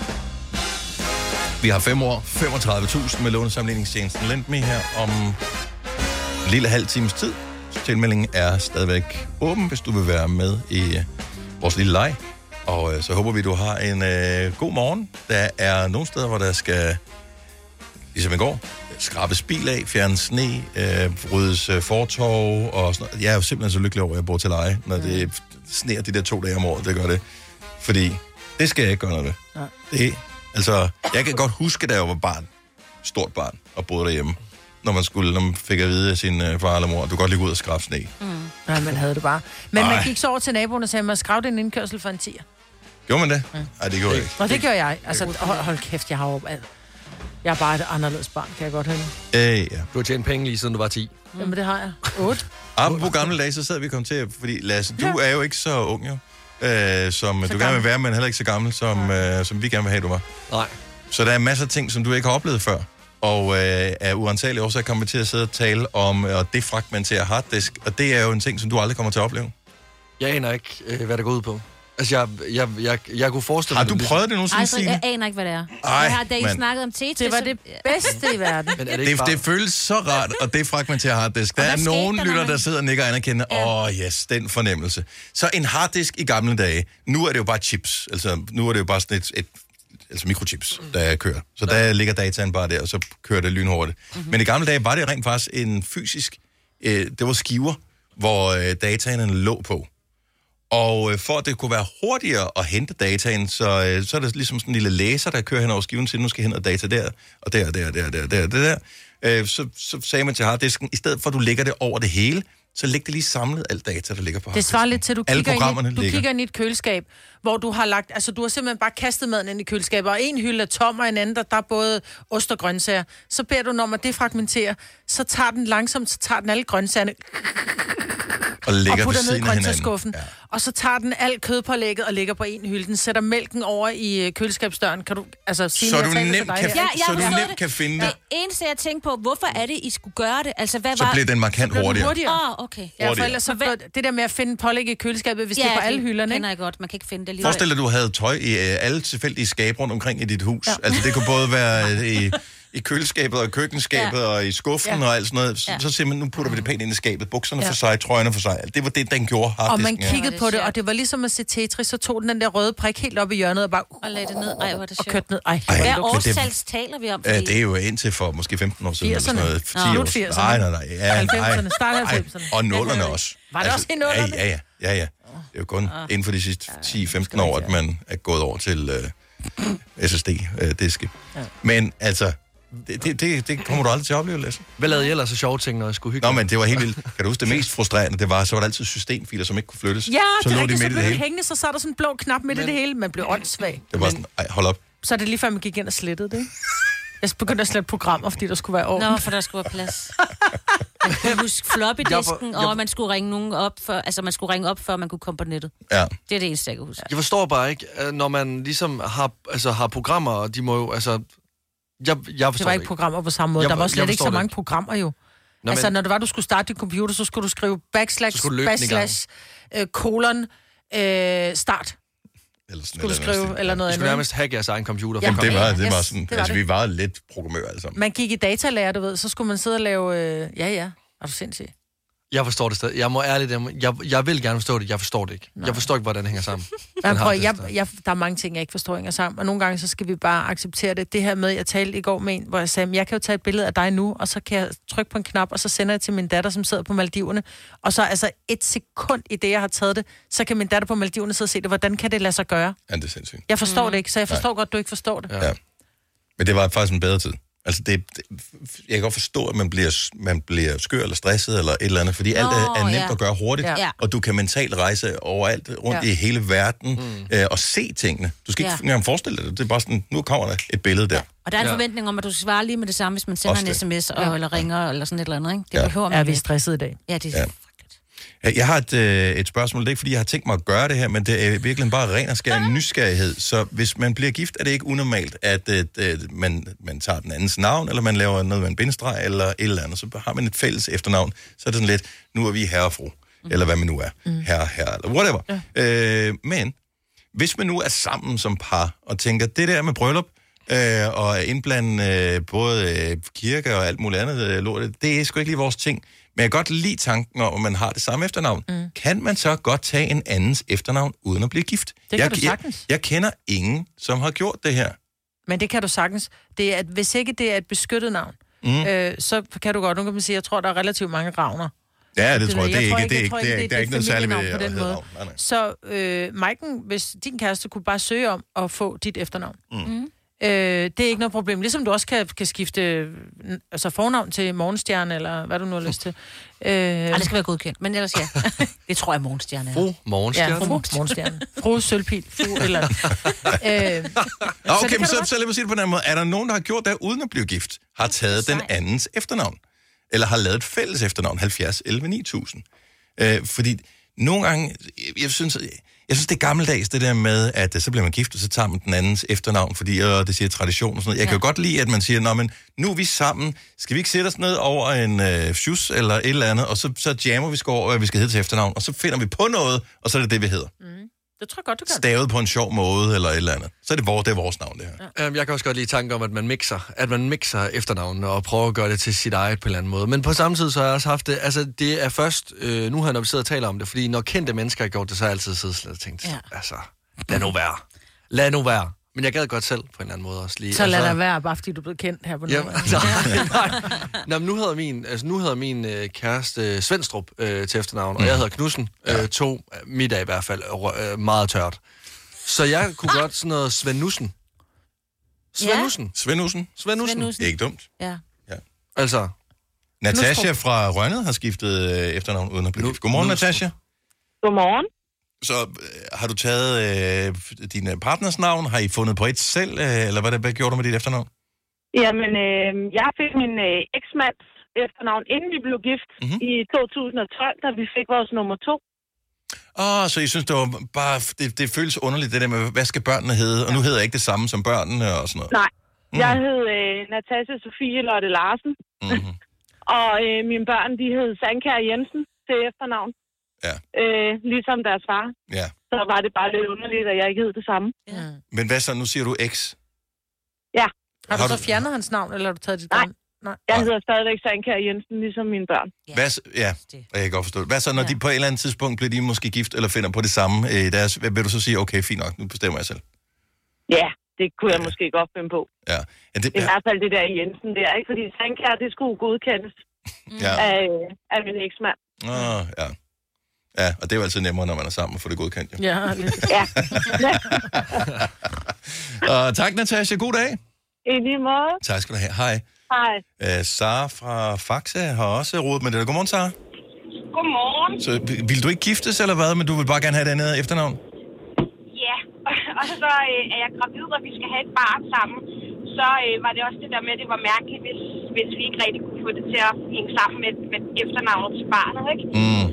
Vi har 5 år, 35.000 med lånesamligningstjenesten LendMe her om en lille halv times tid. Tilmeldingen er stadigvæk åben, hvis du vil være med i vores lille leg. Og så håber vi, du har en god morgen. Der er nogle steder, hvor der skal, ligesom i går, skrabes bil af, fjerne sne, ryddes fortov og sådan noget. Jeg er jo simpelthen så lykkelig over, at jeg bor til leje, når det sneer de der 2 dage om året, det gør det. Fordi det skal jeg ikke gøre noget ved. Det, altså, jeg kan godt huske, da jeg var barn, stort barn, og boede derhjemme, når man fik at vide af sin far eller mor, du kan godt lige gå ud og skrabe sne. Nej, man havde det bare. Men man gik så over til naboen og sagde, at man skravede en indkørsel for en 10'er. Gjorde man det? Nej, det gjorde jeg ikke. Og det gjorde jeg. Altså, hold kæft, jeg har jo alt. Jeg er bare et anderledes barn, kan jeg godt høre. Ja. Du har tjent penge lige siden du var 10. Jamen, det har jeg. 8. Apropos gamle dage, så sad vi og kom til, fordi Lasse, du er jo ikke så ung, jo. Som så du gerne vil være, men heller ikke så gammel, som vi gerne vil have, du var. Nej. Så der er masser af ting, som du ikke har oplevet før. Og af uantagelige årsager kommer vi til at sidde og tale om at defragmentere harddisk. Og det er jo en ting, som du aldrig kommer til at opleve. Jeg aner ikke, hvad det går ud på. Altså, jeg kunne forestille mig... Har du prøvet det nogensinde, Signe? Jeg aner ikke, hvad det er. Ej, jeg har da ikke snakket om Tetris. Det var det bedste i verden. Det føles så rart at defragmentere harddisk. Der er nogen lytter, der sidder og nikker og anerkender, yes, den fornemmelse. Så en harddisk i gamle dage, nu er det jo bare chips. Altså, nu er det jo bare sådan et altså mikrochips, der kører. Så der ligger dataen bare der, og så kører det lynhurtigt. Men i gamle dage var det rent faktisk en fysisk... det var skiver, hvor dataen lå på. Og for at det kunne være hurtigere at hente dataen, så er det ligesom sådan en lille læser, der kører hen over skiven, til nu skal hente data der, og der. Så sagde man til harddisken, i stedet for at du lægger det over det hele, så læg det lige samlet alt data, der ligger på harddisken. Det svarer lidt til, at du kigger ind i et køleskab, hvor du har lagt, altså du har simpelthen bare kastet maden ind i køleskabet, og en hylde er tom, og en anden, der er både ost og grøntsager. Så beder du om at defragmentere, så tager den langsomt, alle grøntsagerne, og putter ned i grøntsagsskuffen. Ja. Og så tager den alt kødpålægget og lægger på en hylde. Den sætter mælken over i køleskabsdøren. Kan du altså sige, så du nemt kan finde det? Det eneste, jeg tænkte på, hvorfor er det, I skulle gøre det? Altså, hvad så bliver den markant hurtigere. Okay. Ja, for ellers så det der med at finde pålæg i køleskabet, hvis det er på alle hylderne, ikke? Jeg godt. Man kan ikke finde det lige. Forestil dig, at du havde tøj i alle tilfældige skab rundt omkring i dit hus. Ja. Altså, det kunne både være i køleskabet og i køkkenskabet og i skuffen og alt sådan noget. Så siger man, nu putter vi det pænt ind i skabet. Bukserne for sig, trøjerne for sig. Det var det, den gjorde harddisken. Og man kiggede på det, og det var ligesom at se Tetris, så tog den der røde prik helt op i hjørnet og bare... Og lagde det ned. Ej, hvor det sjovt. Og kørte ned. Ej, hvad årstals taler vi om? Det er jo indtil for måske 15 år siden. 80'erne. Eller sådan noget. 10 år. Nej. Ja, 90'erne. Start 90'erne. Og 0'erne også. Var det også i 0'erne? Ja. Det er jo kun inden for de sidste 10-15 år, at man er gået over til SSD-diske. Men altså, det kommer du aldrig til at opleve, Lasse. Hvad lavede I ellers så sjove ting, når jeg skulle hygge? Nå, men det var helt vildt. Kan du huske, det mest frustrerende, det var, så var der altid systemfiler, som ikke kunne flyttes. Ja, så det er lå rigtigt, de så midt i blev det det hele. hængende, så er der sådan en blå knap midt i det hele. Man blev åndssvag. Det var sådan, hold op. Så er det lige før, man gik ind og slettede det, ikke? Jeg begyndte at slette programmer, fordi der skulle være orden. Nå, for der skulle være plads. Man kunne huske floppy-disken, og man skulle ringe nogen op, man skulle ringe op, før man kunne komme på nettet. Ja. Det er det eneste, jeg kan huske. Jeg forstår bare ikke, når man ligesom har programmer, og de må jo, jeg forstår det var ikke programmer på samme måde. Der var slet ikke så mange programmer jo. Nå, altså, når det var, du skulle starte din computer, så skulle du skrive colon, start. Eller sådan skulle du skrive, eller noget andet. Du skulle nærmest hacke jeres egen computer. Jamen, det var sådan, altså vi var lidt programmører alle sammen. Man gik i datalærer, du ved, så skulle man sidde og lave, er du sindssygt? Jeg forstår det stadig. Jeg må ærligt, jeg vil gerne forstå det, jeg forstår det ikke. Nej. Jeg forstår ikke, hvordan det hænger sammen. Der er mange ting, jeg ikke forstår hænger sammen, og nogle gange så skal vi bare acceptere det. Det her med, jeg talte i går med en, hvor jeg sagde, jeg kan jo tage et billede af dig nu, og så kan jeg trykke på en knap, og så sender jeg til min datter, som sidder på Maldiverne. Og så altså 1 sekund i det, jeg har taget det, så kan min datter på Maldiverne sidde og se det. Hvordan kan det lade sig gøre? Ja, det er sindssygt. Jeg forstår det ikke, så jeg forstår godt, du ikke forstår det. Ja. Men det var faktisk en bedre tid. Altså, jeg kan godt forstå, at man bliver skør eller stresset eller et eller andet, fordi alt er nemt at gøre hurtigt, og du kan mentalt rejse overalt rundt i hele verden og se tingene. Du skal ikke engang forestille dig det. Det er bare sådan, nu kommer der et billede der. Og der er en forventning om, at du skal svare lige med det samme, hvis man sender en sms eller ringer eller sådan et eller andet, ikke? Det behøver man. Er vi stresset i dag? Ja, det er Jeg har et spørgsmål. Det er ikke, fordi jeg har tænkt mig at gøre det her, men det er virkelig bare ren og skær nysgerrighed. Så hvis man bliver gift, er det ikke unormalt, at man tager den andens navn, eller man laver noget med en bindestreg, eller et eller andet. Så har man et fælles efternavn. Så er det sådan lidt, nu er vi herre og fru. Eller hvad man nu er. Herre, eller whatever. Ja. Men hvis man nu er sammen som par, og tænker, det der med bryllup, og indblande både kirke og alt muligt andet lort, det er sgu ikke lige vores ting. Men jeg kan godt lide tanken om, at man har det samme efternavn. Kan man så godt tage en andens efternavn, uden at blive gift? Det kan du sagtens. Jeg kender ingen, som har gjort det her. Men det kan du sagtens. Det er, at hvis ikke det er et beskyttet navn, så kan du godt, nu kan man sige, jeg tror, der er relativt mange Ravner. Ja, det tror jeg. Det er ikke noget særligt med på den måde. Så Maiken, hvis din kæreste kunne bare søge om at få dit efternavn. Det er ikke noget problem. Ligesom du også kan skifte altså fornavn til Morgenstjerne, eller hvad du nu har lyst til. Det skal være godkendt, men ellers ja. Det tror jeg, Morgenstjerne er. Fru Morgenstjerne? Ja, fru Morgenstjerne. Fru Sølvpil. Fru eller... Okay, men så lad mig sige det på den måde. Er der nogen, der har gjort det uden at blive gift, har taget den andens efternavn? Eller har lavet et fælles efternavn, 70 11 9000? Fordi nogle gange, jeg synes, det er gammeldags, det der med, at så bliver man gift, og så tager man den andens efternavn, fordi det siger tradition og sådan noget. Jeg kan jo godt lide, at man siger, nå, men nu er vi sammen, skal vi ikke sætte os ned over en sjus eller et eller andet, og så jammer vi sgu over, hvad vi skal hedde til efternavn, og så finder vi på noget, og så er det det, vi hedder. Det tror jeg godt, du kan. Stavet på en sjov måde, eller et eller andet. Så er det vores navn, det her. Jeg kan også godt lide tanken om, at man mixer efternavnene og prøver at gøre det til sit eget på en eller anden måde. Men på samme tid, så har jeg også haft det, altså det er først, nu har jeg, når vi sidder og taler om det, fordi når kendte mennesker har gjort det, så har jeg altid siddet og tænkt, altså, lad nu være. Men jeg gad godt selv på en eller anden måde også lige. Så lad dig være, bare fordi du er blevet kendt her på noget. Nej, nu hedder min kæreste Svendstrup til efternavn, og jeg hedder Knudsen. Middag i hvert fald, meget tørt. Så jeg kunne godt sådan noget Svendnussen. Svendnussen. Ikke dumt. Ja. Altså. Natasha fra Rønnet har skiftet efternavn uden at blive gift. Godmorgen, Natasha. Godmorgen. Så har du taget din partners navn? Har I fundet på et selv, eller hvad gjorde du med dit efternavn? Jamen, jeg fik min eksmands efternavn, inden vi blev gift i 2012, da vi fik vores nummer 2. Så I synes, det var bare... Det føles underligt, det der med, hvad skal børnene hedde? Og nu hedder jeg ikke det samme som børnene og sådan noget. Nej, jeg hed Natasha Sofie Lotte Larsen. Og mine børn, de hed Sandkær Jensen til efternavn. Ja. Ligesom deres far. Ja. Så var det bare lidt underligt, at jeg ikke hed det samme. Men hvad så? Nu siger du X. Ja. Har du så fjernet hans navn, eller har du taget dit gamle? Nej. Jeg hedder stadigvæk Sandkær Jensen, ligesom mine børn. Jeg kan godt forstå det. Hvad så, når de på et eller andet tidspunkt bliver de måske gift, eller finder på det samme i deres... Vil du så sige, okay, fint nok, nu bestemmer jeg selv? Ja, det kunne jeg måske godt finde på. Ja. Det er i hvert fald det der Jensen der, ikke? Fordi Sandkær, det skulle godkendes af min eksmand. Ja. Ja, og det er jo altid nemmere, når man er sammen og får det godkendt. Jo. Ja. Og tak, Natasha. God dag. I lige måde. Tak skal du have. Hej. Hej. Sara fra Faxe har også rodet med det. Godmorgen, Sara. Godmorgen. Så vil du ikke giftes, eller hvad? Men du vil bare gerne have et andet efternavn? Ja, og så er jeg gravid, og vi skal have et barn sammen. Så var det også det der med, at det var mærkeligt, hvis vi ikke rigtig kunne få det til at hænge sammen med efternavnet til barnet, ikke?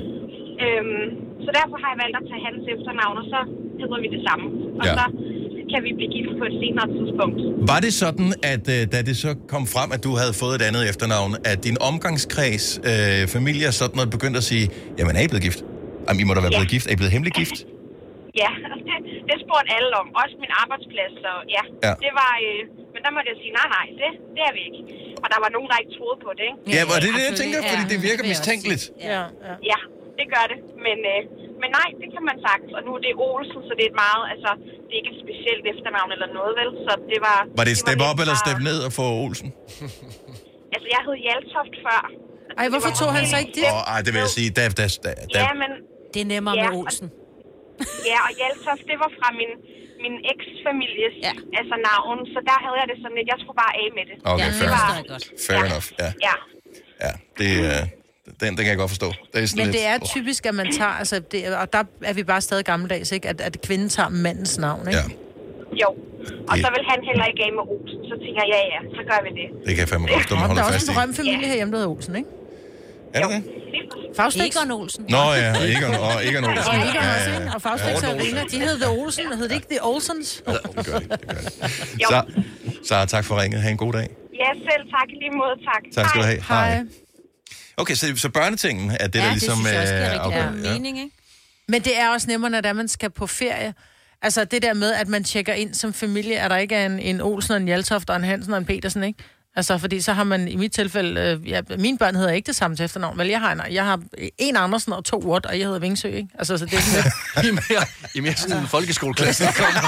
Så derfor har jeg valgt at tage hans efternavn, og så hedder vi det samme. Og så kan vi blive gift på et senere tidspunkt. Var det sådan, at da det så kom frem, at du havde fået et andet efternavn, at din omgangskreds, familie og sådan noget, begyndte at sige, jamen er I blevet gift? Jamen I må da være blevet gift. Er I blevet hemmelig gift? Ja, det spurgte alle om. Også min arbejdsplads, så ja. Det var... men der måtte jeg sige, nej, det er vi ikke. Og der var nogen, der ikke troede på det, ikke? Ja, var det det, jeg tænker? Fordi det virker mistænkeligt. Ja, det gør det. Men nej, det kan man sagtens. Og nu er det Olsen, så det er et meget... Altså, det er ikke et specielt efternavn eller noget, vel? Så det var... Var det et step op eller step ned at få Olsen? Altså, jeg hed Hjaltoft før. Ej, hvorfor tog han så ikke det? Det vil jeg sige, Ja, men... Det er nemmere med Olsen. Ja, og Hjaltoft, det var fra min eks-families navn, så der havde jeg det sådan lidt, jeg skulle bare af med det. Okay, fair enough. Ja, det den kan jeg godt forstå. Det er men lidt... det er typisk, at man tager, altså, og der er vi bare stadig gammeldags, ikke? At kvinden tager mandens navn, ikke? Ja. Jo, og så vil han heller ikke af med Olsen, så tænker jeg, ja, så gør vi det. Det kan jeg fandme godt stå, man holder fast i. Der er også en berømt familie herhjemme, der hedder Olsen, ikke? Er det det? Faustix. Egon Olsen. Nå ja, Egon Olsen. Og Egon også, ikke? Og Faustix og Rina, de hed The Olsen, hed det ikke The Olsens? Det gør det. Så tak for ringet. Ha' en god dag. Ja, selv tak. I lige måde, tak. Tak skal du have. Hej. Okay, så børnetingen er det, der ligesom... Ja, det synes jeg også giver rigtig mening, ikke? Men det er også nemmere, når man skal på ferie. Altså det der med, at man tjekker ind som familie, er der ikke en Olsen og en Hjaltoft og en Hansen og en Petersen, ikke? Altså, fordi så har man i mit tilfælde... mine børn hedder ikke det samme til efternavn, vel? Jeg har en Andersen og 2 Watt, og jeg hedder Vingsø, ikke? Altså, så det er sådan I mere sådan en folkeskoleklasse, der kommer.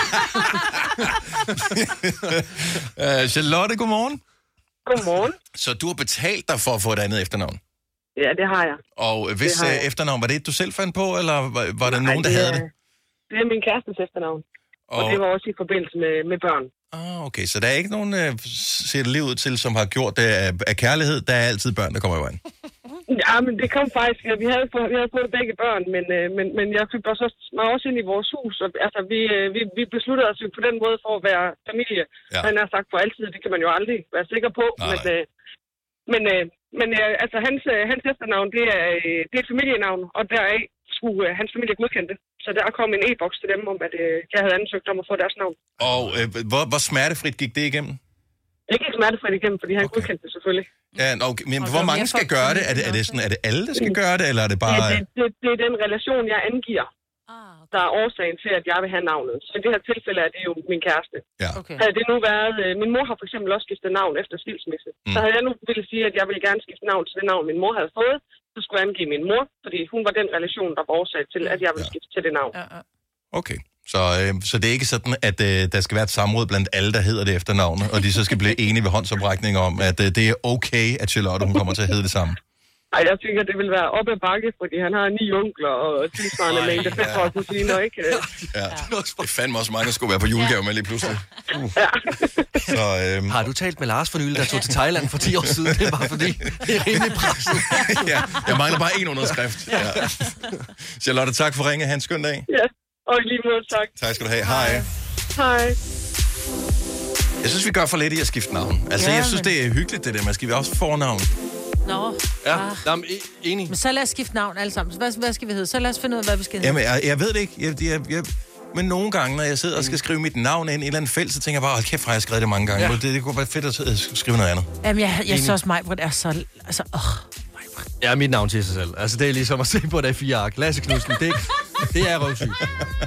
Charlotte, godmorgen. Godmorgen. Så du har betalt dig for at få et andet efternavn? Ja, det har jeg. Og hvis efternavn, var det et, du selv fandt på, eller var der nogen, der havde det? Det er min kærestes efternavn. Og det var også i forbindelse med børn. Okay, så der er ikke nogen, ser det lige ud til, som har gjort det af kærlighed. Der er altid børn, der kommer i vejen. Ja, men det kom faktisk. Vi havde fået begge børn, men jeg fik mig også ind i vores hus. Og, altså, vi besluttede os på den måde for at være familie. Ja. Han har sagt for altid, det kan man jo aldrig være sikker på. Men hans efternavn, det er et familienavn, og deraf skulle hans familie godkende det. Så der kom en e-boks til dem om, at jeg havde ansøgt om at få deres navn. Og hvor smertefrit gik det igennem? Det gik smertefrit igennem, fordi han godkendte det selvfølgelig. Ja, okay. Men hvor mange skal gøre det? Er det alle, der skal gøre det, eller er det bare... Ja, det er den relation, jeg angiver, der er årsagen til, at jeg vil have navnet. Så i det her tilfælde er det jo min kæreste. Ja. Okay. Havde det nu været... Min mor har for eksempel også skiftet navn efter skilsmisse. Så havde jeg nu ville sige, at jeg ville gerne skifte navn til det navn, min mor havde fået, så skulle jeg angive min mor, fordi hun var den relation, der var årsag til, at jeg ville skifte til det navn. Okay. Så det er ikke sådan, at der skal være et samråd blandt alle, der hedder det efternavn, og de så skal blive enige ved håndsoprækning om, at det er okay, at Charlotte, hun kommer til at hedde det samme. Ej, jeg tænker, det vil være op ad bakke, fordi han har 9 onkler og tilsvarende mængde 5 år kusiner, ikke? Ja, det fandme også mange, der skulle være på julegave med lige pludselig. Så, har du talt med Lars for nylig, der tog til Thailand for 10 år siden? Det er bare fordi, det er rimelig presset. Ja, jeg mangler bare en underskrift. Ja. Charlotte, tak for ringe. Ha' en skøn dag. Ja, og i lige måde, tak. Tak skal du have. Hej. Hej. Jeg synes, vi gør for lidt i at skifte navn. Altså, jeg synes, det er hyggeligt, det der. Man skal vi også fornavn. Nå. Ja, jamen, enig. Men så lad os skifte navn alle sammen. Hvad skal vi hedde? Så lad os finde ud af, hvad vi skal hedde. Jamen, jeg ved det ikke. Men nogle gange, når jeg sidder og skal skrive mit navn ind i et eller andet felt, så tænker jeg bare, kæft, har jeg skrevet det mange gange. Ja. Det kunne være fedt at skrive noget andet. Jamen, jeg synes også, Majbrit er så... Altså, Ja, mit navn til sig selv. Altså, det er ligesom at se på det 4 ark. Lasse Knudsen, det er røvsygt.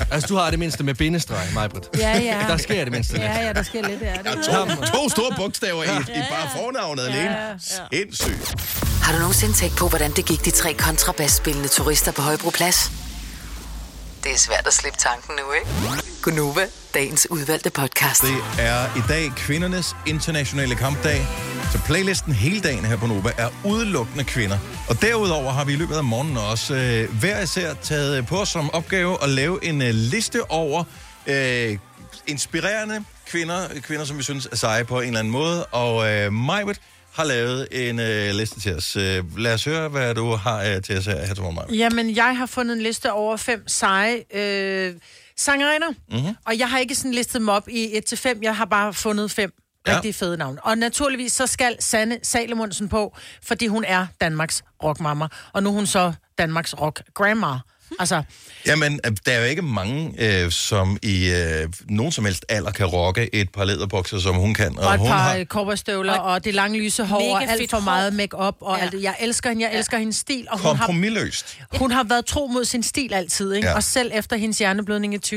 Altså, du har det mindste med bindestreg, Majbrit. Ja. Der sker det mindste. Ja, der sker lidt, ja. To store bogstaver i bare fornavnet alene. Sindssygt. Har du nogensinde tænkt på, hvordan det gik de 3 kontrabasspillende turister på Højbroplads? Det er svært at slippe tanken nu, ikke? Gunova, dagens udvalgte podcast. Det er i dag kvindernes internationale kampdag, så playlisten hele dagen her på Nova er udelukkende kvinder. Og derudover har vi i løbet af morgenen også hver især taget på os som opgave at lave en liste over inspirerende kvinder, som vi synes er seje på en eller anden måde. Og Majbert har lavet en liste til os. Lad os høre, hvad du har til os her til morgen. Jamen, jeg har fundet en liste over 5 seje sangerinder, og jeg har ikke sådan listet dem op i 1-5, jeg har bare fundet 5 rigtig fede navne. Og naturligvis så skal Sanne Salomonsen på, fordi hun er Danmarks rockmamma, og nu er hun så Danmarks rock-grandma. Altså, jamen, der er jo ikke mange, som i nogen som helst alder kan rocke et par læderbukser, som hun kan. Og et par cowboystøvler, og det lange lyse hår, og alt for meget make-up, og alt. Jeg elsker hende, jeg elsker hendes stil. Og kompromisløst. Hun har været tro mod sin stil altid, ikke? Ja. Og selv efter hendes hjerneblødning i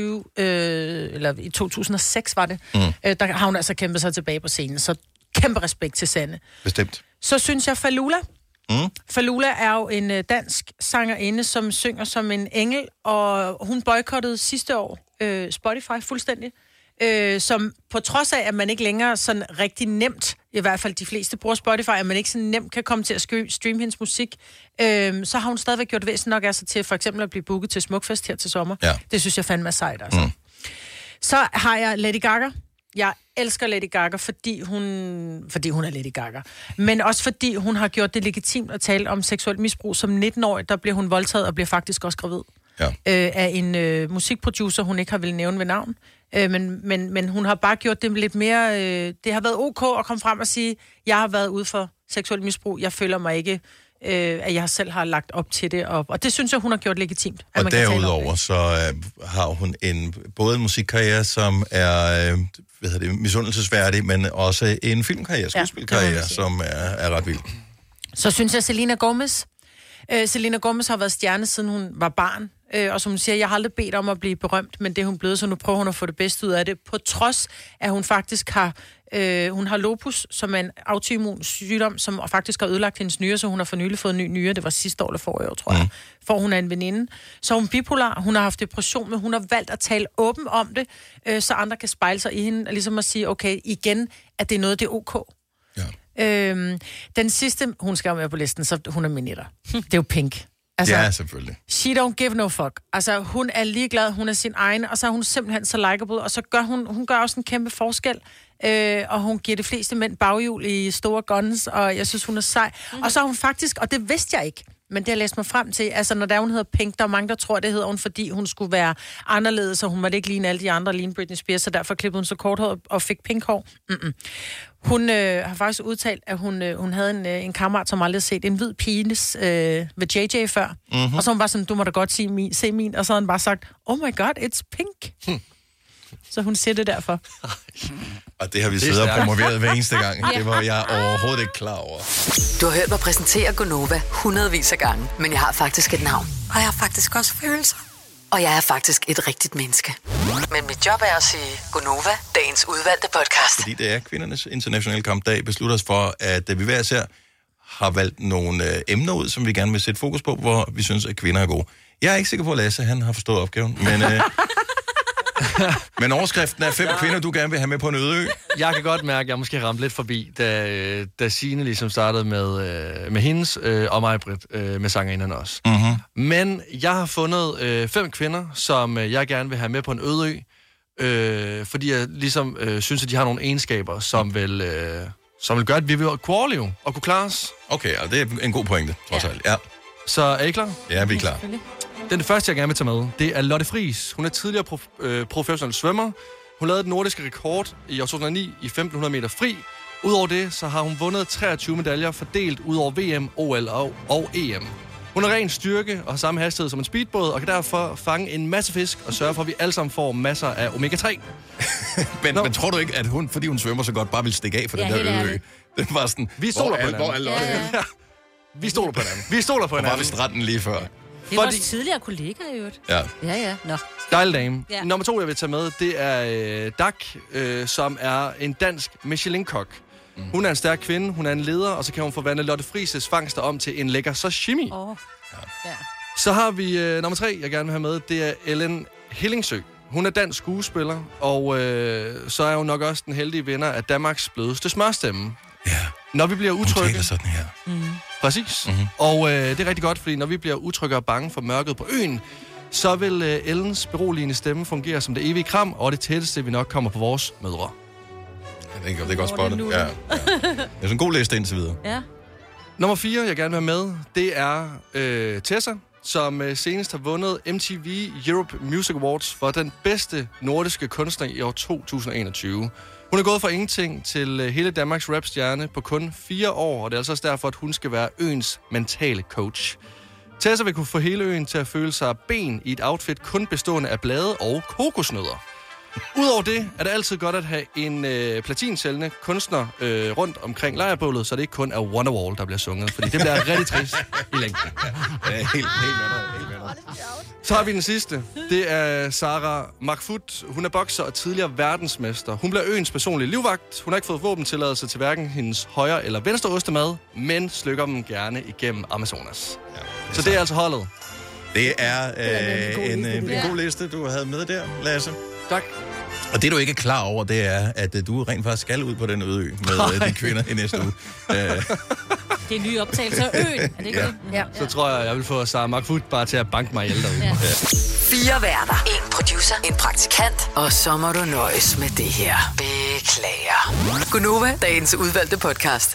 2006 var det, der har hun altså kæmpet sig tilbage på scenen. Så kæmpe respekt til Sanne. Bestemt. Så synes jeg Falula. Falula er jo en dansk sangerinde, som synger som en engel, og hun boykottede sidste år Spotify fuldstændig. Som på trods af, at man ikke længere sådan rigtig nemt, i hvert fald de fleste bruger Spotify, at man ikke så nemt kan komme til at streame hendes musik, så har hun stadigvæk gjort væsentligt nok altså til for eksempel at blive booket til Smukfest her til sommer. Ja. Det synes jeg fandme er sejt, altså. Så har jeg Lady Gaga. Jeg elsker Lady Gaga, fordi hun er Lady Gaga. Men også fordi hun har gjort det legitimt at tale om seksuelt misbrug. Som 19-årig, der bliver hun voldtaget og bliver faktisk også gravid. Af en musikproducer, hun ikke har ville nævne ved navn. Men hun har bare gjort det lidt mere... det har været ok at komme frem og sige, jeg har været ude for seksuelt misbrug. Jeg føler mig ikke... at jeg selv har lagt op til det, og det synes jeg, hun har gjort legitimt. Og derudover så har hun både en musikkarriere, som er misundelsesværdig, men også en filmkarriere, skuespilkarriere, som er ret vild. Så synes jeg, Selena Gomez. Selena Gomez har været stjerne, siden hun var barn. Og som hun siger, jeg har aldrig bedt om at blive berømt, men det er hun blevet, så nu prøver hun at få det bedste ud af det. På trods af, at hun faktisk har... hun har lupus, som er en autoimmun sygdom, som faktisk har ødelagt hendes nyre, så hun har for nylig fået en ny nyre. Det var sidste år eller forrige år, tror jeg. For hun er en veninde. Så hun er bipolar, hun har haft depression, men hun har valgt at tale åben om det, så andre kan spejle sig i hende, og ligesom at sige, okay, igen, at det er noget, det er ok. Ja. Den sidste, hun skal være på listen, så hun er min etter. Det er jo Pink. Altså, ja, selvfølgelig. She don't give no fuck. Altså, hun er ligeglad, hun er sin egen, og så er hun simpelthen så likeable, og så gør hun gør også en kæmpe forskel, og hun giver de fleste mænd baghjul i store guns, og jeg synes, hun er sej. Og så er hun faktisk, og det vidste jeg ikke, men det har jeg læst mig frem til, altså når hun hedder Pink, der er mange, der tror, det hedder hun, fordi hun skulle være anderledes, og hun måtte ikke ligne alle de andre, ligne Britney Spears, så derfor klippede hun så kort hår og fik pink hår. Hun har faktisk udtalt, at hun havde en kammerat, som aldrig havde set en hvid penis ved JJ før. Og så hun var sådan, du må da godt se min, og så havde han bare sagt, oh my god, it's pink. Så hun siger det derfor. Og det har vi siddet og promoveret hver eneste gang. Det var jeg overhovedet ikke klar over. Du har hørt mig præsentere Gunova hundredvis af gange, men jeg har faktisk et navn. Og jeg har faktisk også følelser. Og jeg er faktisk et rigtigt menneske. Men mit job er at sige Gunova, dagens udvalgte podcast. Fordi det er kvindernes internationale kampdag, beslutter os for, at vi hver især har valgt nogle emner ud, som vi gerne vil sætte fokus på, hvor vi synes, at kvinder er gode. Jeg er ikke sikker på, at Lasse han har forstået opgaven, men... Men overskriften er 5 kvinder, du gerne vil have med på en øde ø. Jeg kan godt mærke, at jeg måske ramte lidt forbi, da Signe ligesom startede med hendes og mig, Britt, med sangerinderne også. Men jeg har fundet 5 kvinder, som jeg gerne vil have med på en øde ø, fordi jeg ligesom synes, at de har nogle egenskaber, som vil gøre, at vi vil kunne overleve og kunne klare os. Okay, og det er en god pointe, trods alt. Ja. Så er I klar? Ja, vi er klar. Den første, jeg gerne vil tage med, det er Lotte Friis. Hun er tidligere professionel svømmer. Hun lavede den nordiske rekord i år 2009 i 1500 meter fri. Udover det, så har hun vundet 23 medaljer fordelt ud over VM, OL og EM. Hun har ren styrke og har samme hastighed som en speedbåd, og kan derfor fange en masse fisk og sørge for, at vi alle sammen får masser af omega-3. men tror du ikke, at hun, fordi hun svømmer så godt, bare vil stikke af for den der ø? Det var sådan, vi stoler på hinanden. Vi stoler på hinanden. Vi stoler på hinanden. Og var ved stranden lige før. Det er vores tidligere kollega i øvrigt. Ja. Ja. Nå. Dejlig dame. Ja. Nummer 2, jeg vil tage med, det er Dag, som er en dansk Michelin-kok. Hun er en stærk kvinde, hun er en leder, og så kan hun forvandle Lotte Frises fangster om til en lækker sashimi. Ja. Så har vi nummer 3, jeg gerne vil have med, det er Ellen Hillingsø. Hun er dansk skuespiller, og så er hun nok også den heldige vinder af Danmarks blødeste smørstemme. Ja. Når vi bliver utrygge... Hun taler sådan her. Præcis. Og det er rigtig godt, fordi når vi bliver utrygge og bange for mørket på øen, så vil Ellens beroligende stemme fungere som det evige kram, og det tætteste, vi nok kommer på vores mødre. Ja, det er godt spottet. Ja. Det er sådan en god liste indtil videre. Ja. Nummer 4, jeg gerne vil have med, det er Tessa, som senest har vundet MTV Europe Music Awards for den bedste nordiske kunstner i år 2021. Hun er gået fra ingenting til hele Danmarks rapstjerne på kun 4 år, og det er altså også derfor, at hun skal være øens mentale coach. Tessa vil kunne få hele øen til at føle sig ben i et outfit kun bestående af blade og kokosnødder. Udover det er det altid godt at have en platinsælgende kunstner rundt omkring lejrbålet, så det ikke kun er Wonderwall, der bliver sunget, fordi det bliver rigtig trist i længden. Ja, helt med. Så har vi den sidste. Det er Sarah Magfut. Hun er bokser og tidligere verdensmester. Hun bliver øens personlige livvagt. Hun har ikke fået våbentilladelse til hverken hendes højre eller venstre ostemad, men slukker dem gerne igennem Amazonas. Ja, så det er altså holdet. Det er en god liste, du havde med der, Lasse. Tak. Og det, du ikke er klar over, det er, at du rent faktisk skal ud på den øde ø med de kvinder i næste uge. Det er en ny optagelse af øen. Er det ikke det? Ja. Så tror jeg vil få Sarah Magfut bare til at banke mig ihjel derude. Ja. 4 værter, 1 producer, en praktikant, og så må du nøjes med det her. Beklager. Gunova, dagens udvalgte podcast.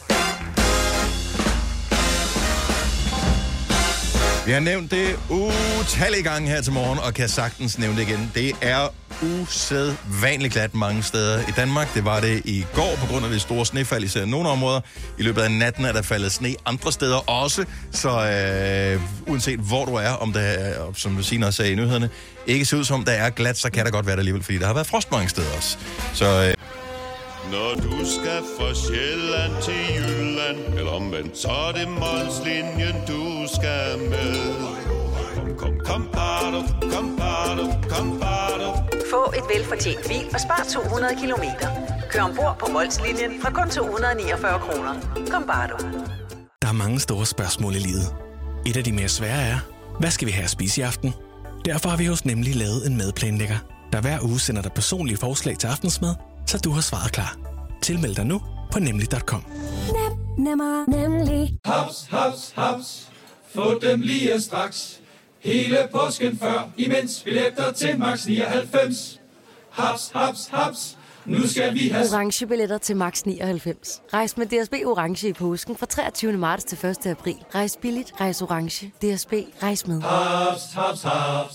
Vi har nævnt det utallige gange her til morgen, og kan sagtens nævne det igen. Det er usædvanligt glat mange steder i Danmark. Det var det i går på grund af det store snefald især i nogle områder. I løbet af natten er der faldet sne andre steder også, så uanset hvor du er, om det er, som Lucine også sagde i nyhederne, ikke ser ud som der er glat, så kan der godt være det alligevel, fordi der har været frost mange steder også. Så når du skal fra Sjælland til Jylland, eller omvendt, så er det Molslinjen, du skal med. Kom, bado, kom, bado. Få et velfortjent bil og spar 200 kilometer. Kør ombord på Molslinjen fra kun 249 kroner. Kom, bado. Der er mange store spørgsmål i livet. Et af de mere svære er, hvad skal vi have at spise i aften? Derfor har vi hos Nemlig lavet en madplanlægger, der hver uge sender dig personlige forslag til aftensmad, så du har svaret klar. Tilmeld dig nu på nemlig.com. Nemlig. Haps, haps, haps. Få dem lige straks. Hele påsken før, imens billetter til max 99. Haps, haps, haps. Nu skal vi have orange billetter til max 99. Rejs med DSB orange i påsken fra 23. marts til 1. april. Rejs billigt, rejs orange. DSB, rejs med. haps, haps, haps.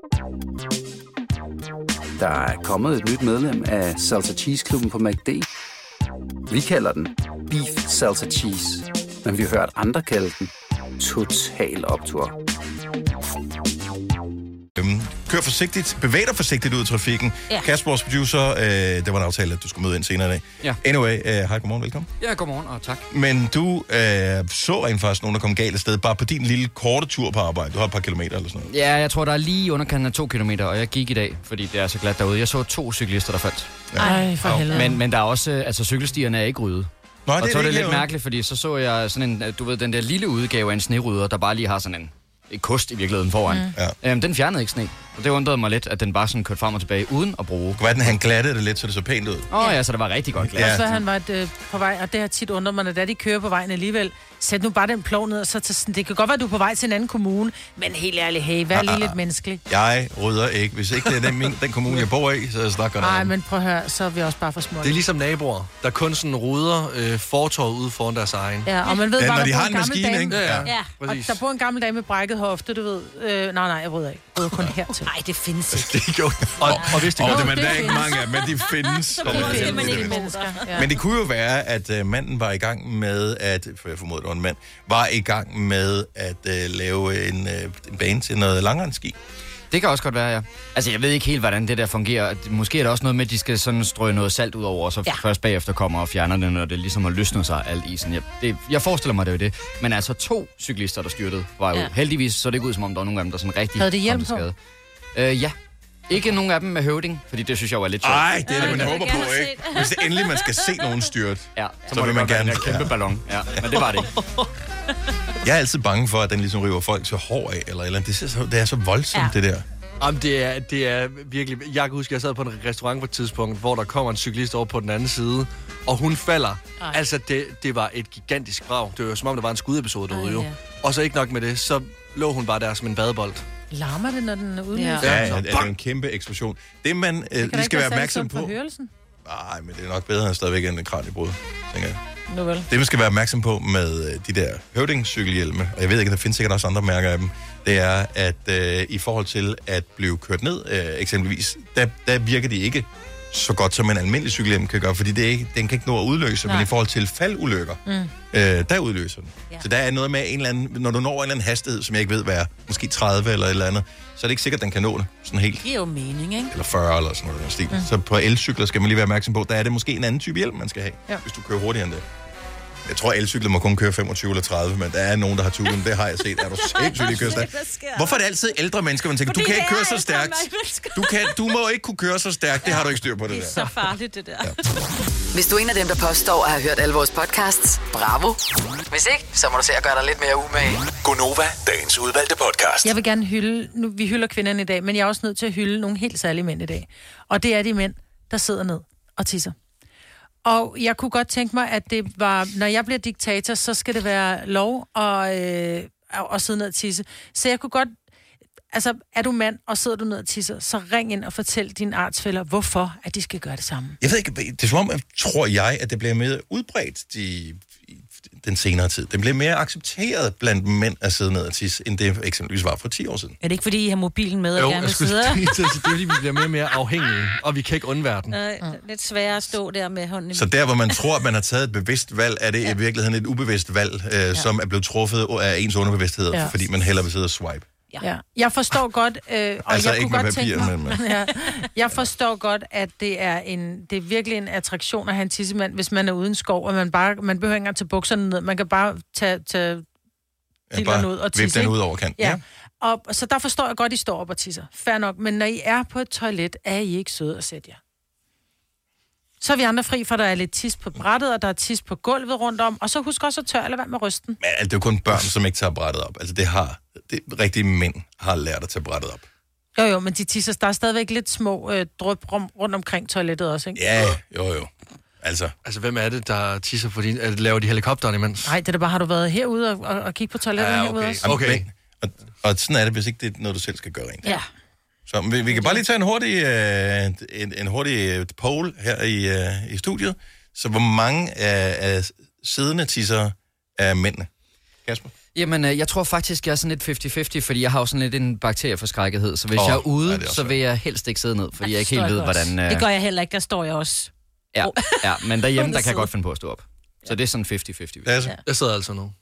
Der er kommet et nyt medlem af Salsa Cheese Klubben på McD. Vi kalder den Beef Salsa Cheese, men vi har hørt andre kalde den Total Optur. Kør forsigtigt, bevæg dig forsigtigt ud i trafikken. Ja. Kasper, vores producer, det var en aftale, at du skulle møde ind senere i dag. Ja. Anyway, hej, godmorgen, velkommen. Ja, godmorgen og tak. Men du så rent faktisk nogen, der kom galt af sted, bare på din lille korte tur på arbejde. Du har et par kilometer eller sådan noget. Ja, jeg tror, der er lige underkanten af 2 kilometer, og jeg gik i dag, fordi det er så glat derude. Jeg så 2 cyklister, der faldt. Ej, for helvede. Men der er også, altså cykelstierne er ikke ryddet. Nå, og det så er det ikke lidt mærkeligt, fordi så jeg sådan en, du ved, den der lille udgave af en snerydder, der bare lige har sådan et kost i virkeligheden foran. Ja. Den fjernede ikke sne. Og det undrede mig lidt, at den bare sådan kørte frem og tilbage, uden at bruge. Hvad den, han glattede det lidt, så det så pænt ud. Ja, så det var rigtig godt glat. Ja. Så han var på vej, og det har tit undret mig, da de kører på vejen alligevel. Sæt nu bare den plov ned, og så sådan, det kan godt være, du er på vej til en anden kommune, men helt ærligt, hey, vær lige lidt menneskelig. Jeg rydder ikke. Hvis ikke det er den kommune, jeg bor i, så snakker jeg. Nej, men prøv at høre, så er vi også bare for små. Det er ligesom naboer, der kun sådan rydder fortorvet ude foran deres egen. Ja, og man ved bare, når de der har bor en en gammel maskine, dame. ikke? Ja, og der bor en gammel dame med brækket hofte, du ved. Nej, jeg rydder ikke. Jeg rydder kun hertil. Nej, det findes ikke. Det er jo... Og hvis det gør, men der er ikke mange af dem, men de findes. Men det kunne jo være, at manden var i gang med at, for jeg formoder, det var en mand, var i gang med at lave en bane til noget langrendski. Det kan også godt være, ja. Altså, jeg ved ikke helt, hvordan det der fungerer. Måske er det også noget med, at de skal sådan strøge noget salt ud over, og så først bagefter kommer og fjerner det, når det ligesom har løsnet sig alt isen. Jeg forestiller mig, det er det. Men altså 2 cyklister, der styrtede, var jo heldigvis, så det ikke ud, som om der var nogen af dem, der sådan rigtig havde det hjelm på? Ja. Ikke nogen af dem med høvding, fordi det synes jeg var lidt sjovt. Nej, det er det, man håber på, ikke? Hvis det endelig, man skal se nogen styrt, så vil man gerne... en kæmpe ballon, men det var det ikke. Jeg er altid bange for, at den ligesom river folk til hår af, eller det er så voldsomt, det der. Jamen, det er virkelig... Jeg kan huske, jeg sad på en restaurant på et tidspunkt, hvor der kommer en cyklist over på den anden side, og hun falder. Ej. Altså, det var et gigantisk brag. Det var jo som om, der var en skudepisode derude, jo. Og så ikke nok med det, så lå hun bare der som en badebold. Larmer det, når den er ude? Ja, det er en kæmpe eksplosion. Det, man lige skal være opmærksom på... Nej, men det er nok bedre stadigvæk end en kraniebrud, tænker jeg. Nu vel. Det, man skal være opmærksom på med de der høvdingcykelhjelme, og jeg ved ikke, der findes sikkert også andre mærker af dem, det er, at i forhold til at blive kørt ned, eksempelvis, der virker de ikke så godt, som en almindelig cykelhjelm kan gøre, fordi den kan ikke nå at udløse, men i forhold til faldulykker, der udløser den. Ja. Så der er noget med en eller anden, når du når en eller anden hastighed, som jeg ikke ved, hvad er, måske 30 eller et eller andet, så er det ikke sikkert, at den kan nå det sådan helt. Det giver jo mening, ikke? Eller 40 eller sådan noget stil. Så på elcykler skal man lige være opmærksom på, der er det måske en anden type hjelm, man skal have, hvis du kører hurtigere end det. Jeg tror, elcykler må kun køre 25 eller 30, men der er nogen, der har turen. Det har jeg set. Er du sindssygt, de kører stærkt? Hvorfor er det altid ældre mennesker, man tænker, du kan ikke køre så stærkt. Du må ikke kunne køre så stærkt. Det har du ikke styr på, det der. Det er så farligt, det der. Ja. Hvis du er en af dem, der påstår at have hørt alle vores podcasts, bravo. Hvis ikke, så må du se at gøre dig lidt mere umage. Gonova, dagens udvalgte podcast. Jeg vil gerne hylde, nu vi hylder kvinderne i dag, men jeg er også nødt til at hylde nogle helt særlige mænd i dag. Og det er de mænd, der sidder ned og tisser. Og jeg kunne godt tænke mig, at det var, når jeg bliver diktator, så skal det være lov at sidde ned og tisse. Så jeg kunne godt, altså er du mand, og sidder du ned og tisser, så ring ind og fortæl dine artsfæller, hvorfor at de skal gøre det samme. Jeg ved ikke, det er som om, tror jeg, at det bliver mere udbredt den senere tid. Det bliver mere accepteret blandt mænd at sidde ned og tisse, end det eksempelvis var for 10 år siden. Er det ikke, fordi I har mobilen med og gerne vil sidde? Det er fordi, vi bliver mere og mere afhængige, og vi kan ikke undvære den. Lidt sværere at stå der med hånden i. Så der, hvor man tror, at man har taget et bevidst valg, er det i virkeligheden et ubevidst valg, som er blevet truffet af ens underbevidsthed, fordi man hellere vil sidde og swipe. Ja. Jeg forstår godt, og altså jeg ikke kunne med godt papir, tænke mig, men jeg forstår godt, at det er virkelig en attraktion at have en tissemand, hvis man er uden skov, og man behøver ikke engang tage bukserne ned, man kan bare tage dillerne ud og tisse. Den ud over kanten. Ja. Og så der forstår jeg godt, I står op og tisser. Fair nok, men når I er på et toilet, er I ikke søde at sætte jer. Så er vi andre fri, for der er lidt tis på brættet, og der er tis på gulvet rundt om, og så husk også at tørre eller vand med rysten. Men det er jo kun børn, som ikke tager brættet op. Altså rigtige mænd har lært at tage brættet op. Jo, men de tisser, der er stadigvæk lidt små dryp rundt omkring toilettet også, ikke? Ja, jo. Altså, hvem er det, der tisser for laver de helikopteren imens? Nej, det er da bare, har du været herude og kigge på toilettet herude også? Okay. Og sådan er det, hvis ikke det er noget, du selv skal gøre rent. Ja. Så vi kan bare lige tage en hurtig poll her i studiet. Så hvor mange af siddende tissere er mændene? Kasper? Jamen, jeg tror faktisk, jeg er sådan lidt 50-50, fordi jeg har jo sådan lidt en bakterieforskrækkethed. Så hvis jeg er ude, så vil jeg helst ikke sidde ned, fordi jeg ikke helt ved, hvordan... Det gør jeg heller ikke, der står jeg også. Ja, men derhjemme, der kan jeg godt finde på at stå op. Så det er sådan 50-50. Jeg sidder altså nu.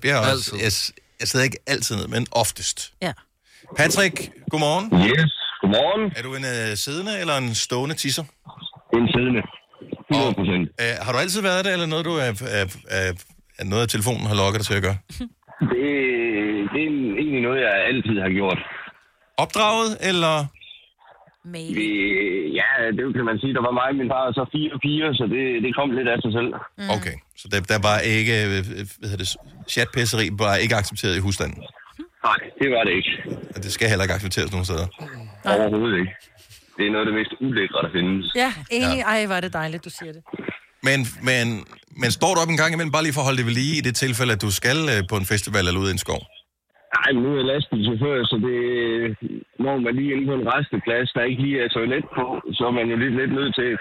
Jeg sidder ikke altid ned, men oftest. Ja. Patrick, godmorgen. Yes, godmorgen. Er du en siddende eller en stående tisser? En siddende. 100%. Har du altid været det, eller noget, du er noget af telefonen har lokket dig til at gøre? Det er egentlig noget, jeg altid har gjort. Opdraget, eller? Ja, det kan man sige. Der var mig og min far, og så 4 piger, så det kom lidt af sig selv. Okay, så der var ikke, chatpisseri var ikke accepteret i husstanden? Nej, det var det ikke. Og det skal heller ikke accepteres nogen steder? Overhovedet ikke. Det er noget af det mest ulækre, der findes. Ja, enig. Ja. Ej, var det dejligt, du siger det. Men står du op en gang imellem, bare lige for at holde det ved lige, i det tilfælde, at du skal på en festival eller ud i en skov? Nej, men nu er jeg lastbilchauffør, så det, når man lige inde på en resteplads, der ikke lige er toilet på, så er man jo lidt nødt til.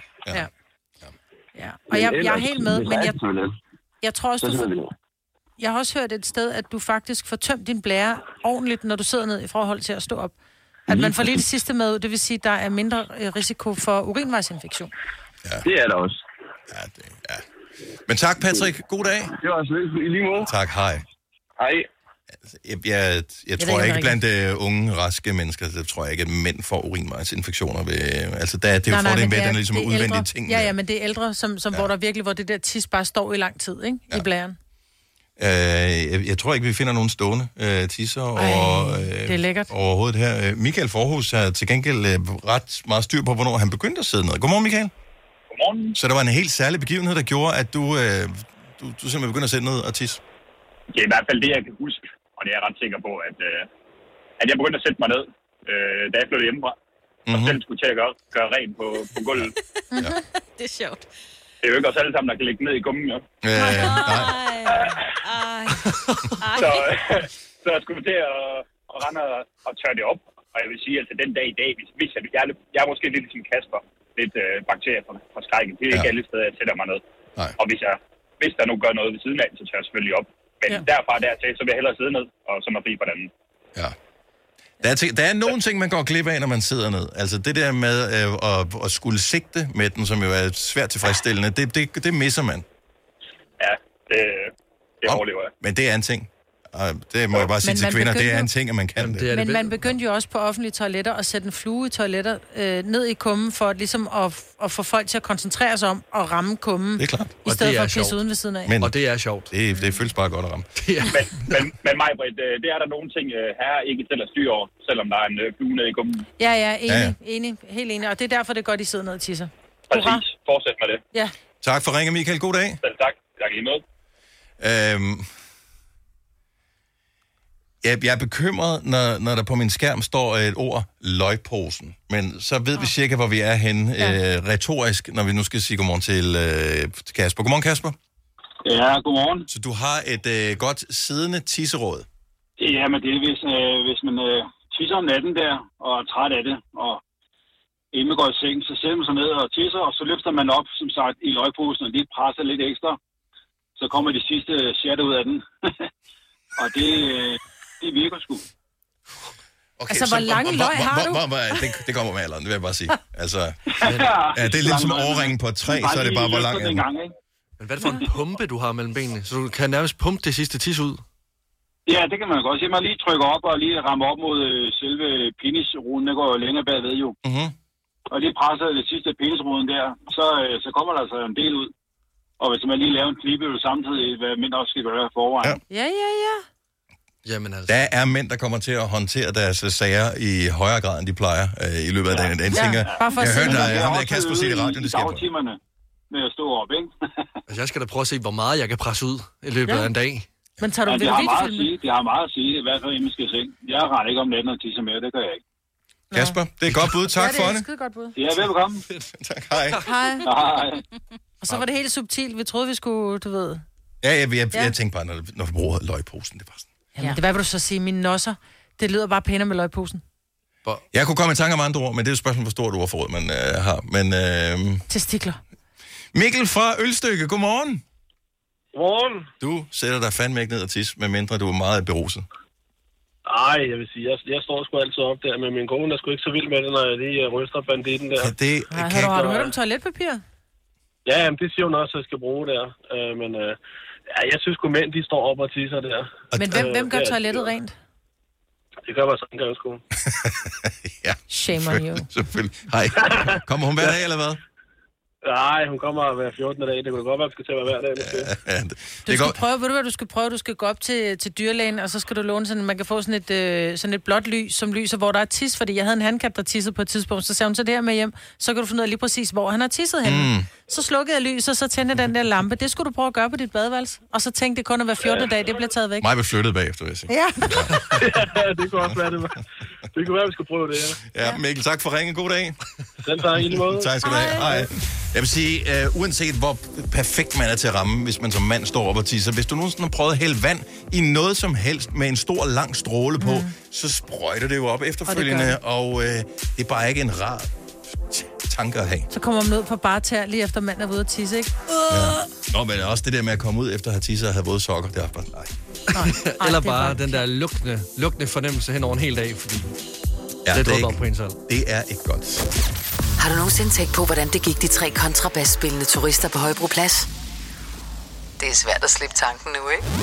Ja. Og jeg er helt med, men jeg tror også, jeg har også hørt et sted, at du faktisk får tømt din blære ordentligt, når du sidder ned i forhold til at stå op. At man får lige det sidste med, det vil sige, at der er mindre risiko for urinvejsinfektion. Ja. Det er der også. Ja. Men tak, Patrick. God dag. Det var også lidt i lige måde. Tak, hej. Hej. Jeg tror ikke blandt unge, raske mennesker, så tror jeg ikke, at mænd får urinvejsinfektioner ved... Altså, det er jo fordelen ved, at den ligesom er udvendige ting. Ja, men det er ældre, hvor det der tis bare står i lang tid, ikke? I blæren. Jeg tror ikke, vi finder nogen stående tisser det er lækkert. overhovedet her. Michael Forhus har til gengæld ret meget styr på, hvornår han begyndte at sidde ned. Godmorgen, Michael. Godmorgen. Så der var en helt særlig begivenhed, der gjorde, at du simpelthen begyndte at sidde ned og tisse? Det er i hvert fald det, jeg kan huske, og det er jeg ret sikker på, at jeg begyndte at sætte mig ned, da jeg flyttede hjemmefra. Og selv skulle til at gøre rent på gulvet. Ja. Det er sjovt. Det er jo ikke os alle sammen, der kan ligge ned i gummen, jo. Så jeg skulle til at rende og tørre det op. Og jeg vil sige, at den dag i dag, hvis jeg er måske lidt ligesom Kasper, lidt bakterier fra skrækken. Det er ikke alle steder, jeg sætter mig ned. Nej. Og hvis der nu gør noget ved siden af, så tør jeg selvfølgelig op. Men derfra dertil, så vil jeg hellere sidde ned, og så er fri på den anden. Ja. Der er nogle ting, man går glip af, når man sidder ned. Altså det der med at skulle sigte med den, som jo er svært tilfredsstillende, det misser man. Ja, det overlever jeg. Men det er en ting. Og det må jeg bare sige til kvinder, det er en ting, at man kan det. Men man begyndte jo også på offentlige toiletter at sætte en flue i toiletter ned i kummen, for ligesom at få folk til at koncentrere sig om at ramme kummen. Det er klart. I stedet for at pisse uden ved siden af. Og det er sjovt. Det føles bare godt at ramme. Men Maj-Britt, det er der nogle ting, her ikke selv at styre over, selvom der er en flue ned i kummen. Ja, enig. Helt enig. Og det er derfor, det er godt, I sidder ned og tisser. Præcis. Fortsæt med det. Ja. Tak for ringen, Michael. God dag. Selv tak. Tak i måde. Jeg er bekymret, når der på min skærm står et ord, løgposen. Men så ved vi cirka, hvor vi er henne retorisk, når vi nu skal sige godmorgen til Kasper. Godmorgen, Kasper. Ja, godmorgen. Så du har et godt siddende tisseråd. Ja, men det er, hvis man tisser om natten der, og er træt af det, og inden man går i seng, så sætter man sig ned og tisser, og så løfter man op, som sagt, i løgposen, og lige presser lidt ekstra. Så kommer de sidste shatter ud af den. Og det virker sgu. Okay, altså, hvor lange løg har du? Det kommer med alderen, det vil jeg bare sige. Altså, det er lidt som overringen på et træ, så er det bare, hvor lang er den. Men hvad er det for en pumpe, du har mellem benene? Så du kan nærmest pumpe det sidste tis ud? Ja, det kan man godt. Så man lige trykker op og lige rammer op mod selve penisruden. Der går jo længere bagved jo. Og lige presser det sidste penisruden der, så kommer der altså en del ud. Og hvis man lige laver en knibeøvelse samtidig, hvad mænd også skal gøre forvejen. Ja. Jamen altså. Der er mænd, der kommer til at håntere deres sager i højere grad, end de plejer i løbet af dagen. Jeg hørte dig, Kasper, sige det i radioen, det sker på. Med at stå op, ikke? Altså, jeg skal da prøve at se, hvor meget jeg kan presse ud i løbet af en dag. Men tager du det har meget at sige, i hvert fald, inden vi skal se. Jeg render ikke om natten og tisser mere, det gør jeg ikke. Kasper, det er et godt bud. Tak for det. Skide godt bud. Ja, velkommen. Tak, hej. Hej. Og så var det helt subtilt. Vi troede, vi skulle, du ved... Ja, jeg tænkte bare, når vi bruger løgposen, det er bare sådan... Jamen, hvad vil du så sige? Mine nosser, det lyder bare pænere med løgposen. Jeg kunne komme i tanke om andre ord, men det er jo et spørgsmål, hvor stort ordforråd man har. Men, testikler. Mikkel fra Ølstykke, godmorgen. Godmorgen. Du sætter dig fandme ikke ned og tis, medmindre du er meget beruset. Ej, jeg vil sige, jeg står sgu altid op der, men min kone er sgu ikke så vild med det, når jeg lige ryster banditten der. Har du hørt om toiletpapir? Ja, jamen, det siger hun også, at jeg skal bruge der. Men jeg synes sgu mænd, de står op og tisser der. Men hvem gør toilettet rent? Det gør vores rengøringskone. Ja. Shame on you. Selvfølgelig. Hej. Kommer hun hver dag, eller hvad? Nej, hun kommer hver 14. dag. Det kunne godt være, at vi skal til at være hver dag. Du skal prøve, ved du hvad du skal prøve? Du skal gå op til dyrlægen, og så skal du låne sådan, man kan få sådan et blåt lys, som lyser, hvor der er tis, fordi jeg havde en handicap, der tissede på et tidspunkt, så sagde hun, så det her med hjem, så kan du finde ud af lige præcis, hvor han har tisset henne. Så slukkede jeg lys, og så tændte den der lampe. Det skulle du prøve at gøre på dit badeværelse. Og så tænkte det kun at være 14. dag, det bliver taget væk. Mig blev flyttet bagefter, vil jeg sige. Ja. Det kunne også være det. Det kunne være, vi skulle prøve det, ja. Mikkel, tak for ringen. God dag. Den tager i lige måde. Tak skal du have. Hej. Jeg vil sige, uanset hvor perfekt man er til at ramme, hvis man som mand står op og tisser, hvis du nogensinde har prøvet at hælde vand i noget som helst med en stor, lang stråle på, så sprøjter det jo op efterfølgende, og det er bare ikke en rar tanke at have. Så kommer man ud på bartær lige efter manden er ude at tisse, ikke? Ja. Nå, men også det der med at komme ud efter at have tisset og have våde sokker, det er bare nej. Eller bare den der lugtende fornemmelse hen over en hel dag, fordi det er ikke, på en selv. Det er ikke godt. Har du nogensinde tænkt på, hvordan det gik de 3 kontrabasspillende turister på Højbroplads? Det er svært at slippe tanken nu, ikke?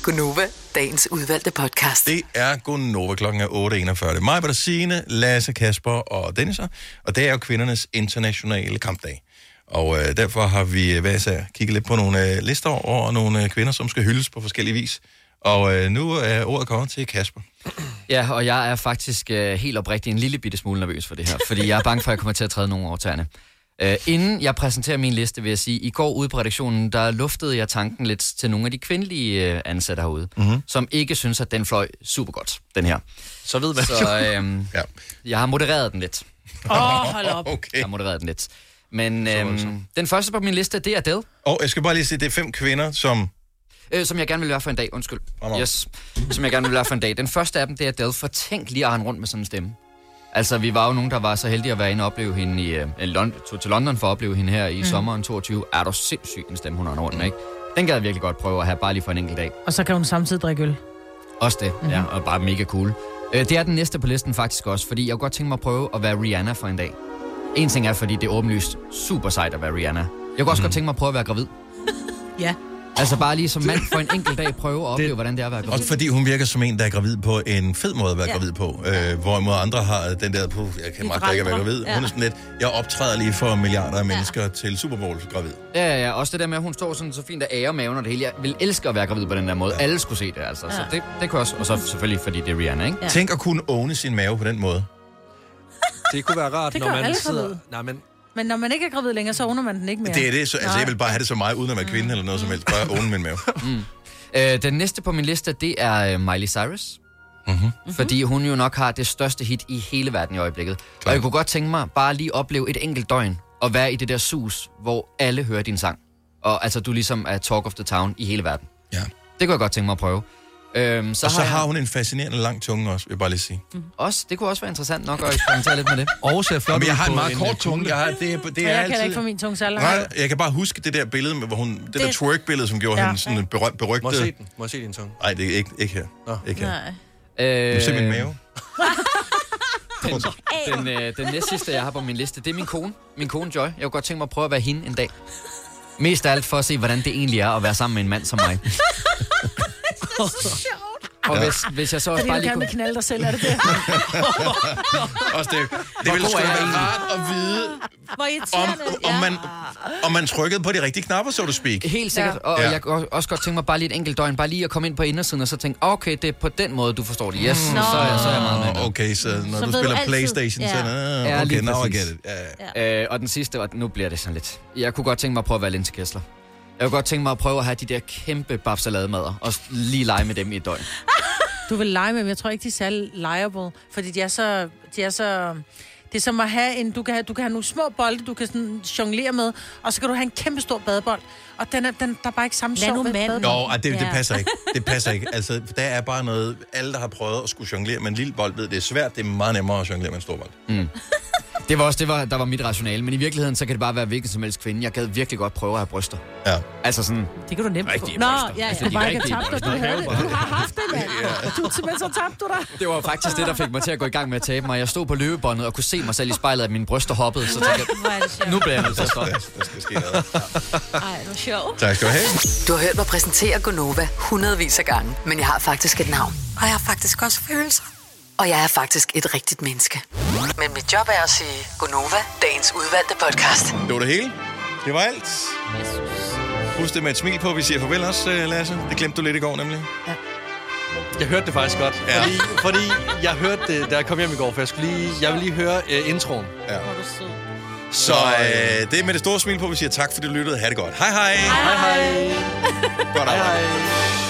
Gunova, dagens udvalgte podcast. Det er Gunova, klokken er 8.41. Mig, Signe, Lasse, Kasper og Dennis. Og det er jo kvindernes internationale kampdag. Og derfor har vi hver især kigget lidt på nogle lister over nogle kvinder, som skal hyldes på forskellige vis. Og nu er ordet kommet til Kasper. Ja, og jeg er faktisk helt oprigtigt en lille bitte smule nervøs for det her, fordi jeg er bange for, at jeg kommer til at træde nogle over tæerne. Inden jeg præsenterer min liste, vil jeg sige, i går ude på redaktionen, der luftede jeg tanken lidt til nogle af de kvindelige ansatte herude, som ikke synes, at den fløj super godt, den her. Så ved man. Så jeg har modereret den lidt. Hold op. Okay. Jeg har modereret den lidt. Men den første på min liste, det er Adele. Jeg skal bare lige sige, det er 5 kvinder, som jeg gerne vil være for en dag, undskyld. Yes. Som jeg gerne vil være for en dag. Den første af dem, det er Adele. For tænk lige at rende rundt med sådan en stemme. Altså, vi var jo nogen, der var så heldige at være inde og opleve hende tog til London for at opleve hende her i sommeren 22. Er du sindssyg en stemme, hun har rundt, ikke? Den gad jeg virkelig godt prøve at have, bare lige for en enkelt dag. Og så kan hun samtidig drikke øl. Også det, ja, og bare mega cool. Det er den næste på listen faktisk også, fordi jeg kunne godt tænke mig at prøve at være Rihanna for en dag. En ting er, fordi det er åbenlyst super sejt at være Rihanna. Jeg kunne også godt tænke mig at prøve at være gravid. Ja. Altså bare lige som mand for en enkelt dag prøve at opleve, hvordan det er at være gravid. Også fordi hun virker som en, der er gravid på en fed måde at være gravid på. Hvorimod andre har den der, jeg kan magte ikke at være gravid. Hun er sådan lidt, jeg optræder lige for milliarder af mennesker til Super Bowl gravid. Ja, også det der med, at hun står sådan så fint og ærer maven og det hele. Jeg vil elske at være gravid på den der måde. Alle skulle se det, altså. Så det kan også, og så selvfølgelig, fordi det er Rihanna, ikke? Ja. Tænk at kunne åbne sin mave på den måde. Det kunne være rart, når man sidder... Men når man ikke er gravid længere, så åbner man den ikke mere. Det er det, så altså, jeg vil bare have det så meget, uden at være kvinde eller noget som helst. Bare åbne min mave. Den næste på min liste, det er Miley Cyrus. Fordi hun jo nok har det største hit i hele verden i øjeblikket. Klar. Og jeg kunne godt tænke mig bare lige opleve et enkelt døgn og være i det der sus, hvor alle hører din sang. Og altså, du ligesom er talk of the town i hele verden. Ja. Det kunne jeg godt tænke mig at prøve. Så har hun en fascinerende lang tunge også, vil jeg bare lige sige. Det kunne også være interessant nok at eksperimentere lidt med det. Og ser flot. Men jeg har en meget kort tunge. Jeg kan da ikke få min tunge så Nej, jeg kan bare huske det der billede, hvor hun, det der twerk-billede, som gjorde hende sådan berygtet. Må jeg se din tunge? Nej, det er ikke her. Ikke her. Nej. Du ser min mave. Den næste sidste, jeg har på min liste, det er min kone. Min kone Joy. Jeg kunne godt tænke mig at prøve at være hende en dag. Mest af alt for at se, hvordan det egentlig er at være sammen med en mand som mig. Og hvis jeg så også bare lige kunne knalde dig selv, er det det? Også det ville sgu være rart at vide, om man trykkede på de rigtige knapper, so to speak. Helt sikkert, og jeg kunne også godt tænke mig bare lige et enkelt døgn, bare lige at komme ind på indersiden og så tænke, okay, det er på den måde, du forstår det. Yes, så er jeg meget med. Okay, så når du spiller PlayStation, så okay, now I get it. Og den sidste, og nu bliver det sådan lidt. Jeg kunne godt tænke mig at prøve at være Linse Kessler. Jeg kunne godt tænke mig at prøve at have de der kæmpe babsalademader og lige lege med dem i et døgn. Du vil lege med dem, jeg tror ikke, de er særlig liable, fordi de er så... Det er som at have du kan have nogle små bolde, du kan sådan jonglere med, og så kan du have en kæmpe stor badebold. Og der er bare ikke samme sjov ved badebold. Jo, det passer ikke. Det passer ikke. Altså, der er bare noget... Alle, der har prøvet at skulle jonglere med en lille bold, ved, det er svært. Det er meget nemmere at jonglere med en stor bold. Det var også der var mit rationale, men i virkeligheden, så kan det bare være hvilken som helst kvinde. Jeg gad virkelig godt prøve at have bryster. Ja. Altså sådan... Det kan du nemt få. Nå, altså, du bare ikke har tabt dig. Du har haft det, mand. Men så tabte du dig. Det var faktisk det, der fik mig til at gå i gang med at tabe mig. Jeg stod på løbebåndet og kunne se mig selv i spejlet, at mine bryster hoppede. Så tænkte jeg, nu bliver jeg nødt til at stoppe. Der skal ske noget. Ej, det var sjovt. Tak skal du have. Du har hørt mig præsentere Gunova hundredvis af gange, men jeg har faktisk et navn. Og jeg har faktisk også følelser. Og jeg er faktisk et rigtigt menneske. Men mit job er at sige Gunova, dagens udvalgte podcast. Det var det hele. Det var alt. Husk det med et smil på, vi siger farvel også, Lasse. Det glemte du lidt i går, nemlig. Ja. Jeg hørte det faktisk godt. Ja. Fordi jeg hørte det, da jeg kom hjem i går, for jeg vil lige høre introen. Ja. Så det er med det store smil på, vi siger tak, fordi du lyttede. Ha' det godt. Hej hej. Hej hej. Godt arbejde. Hej hej.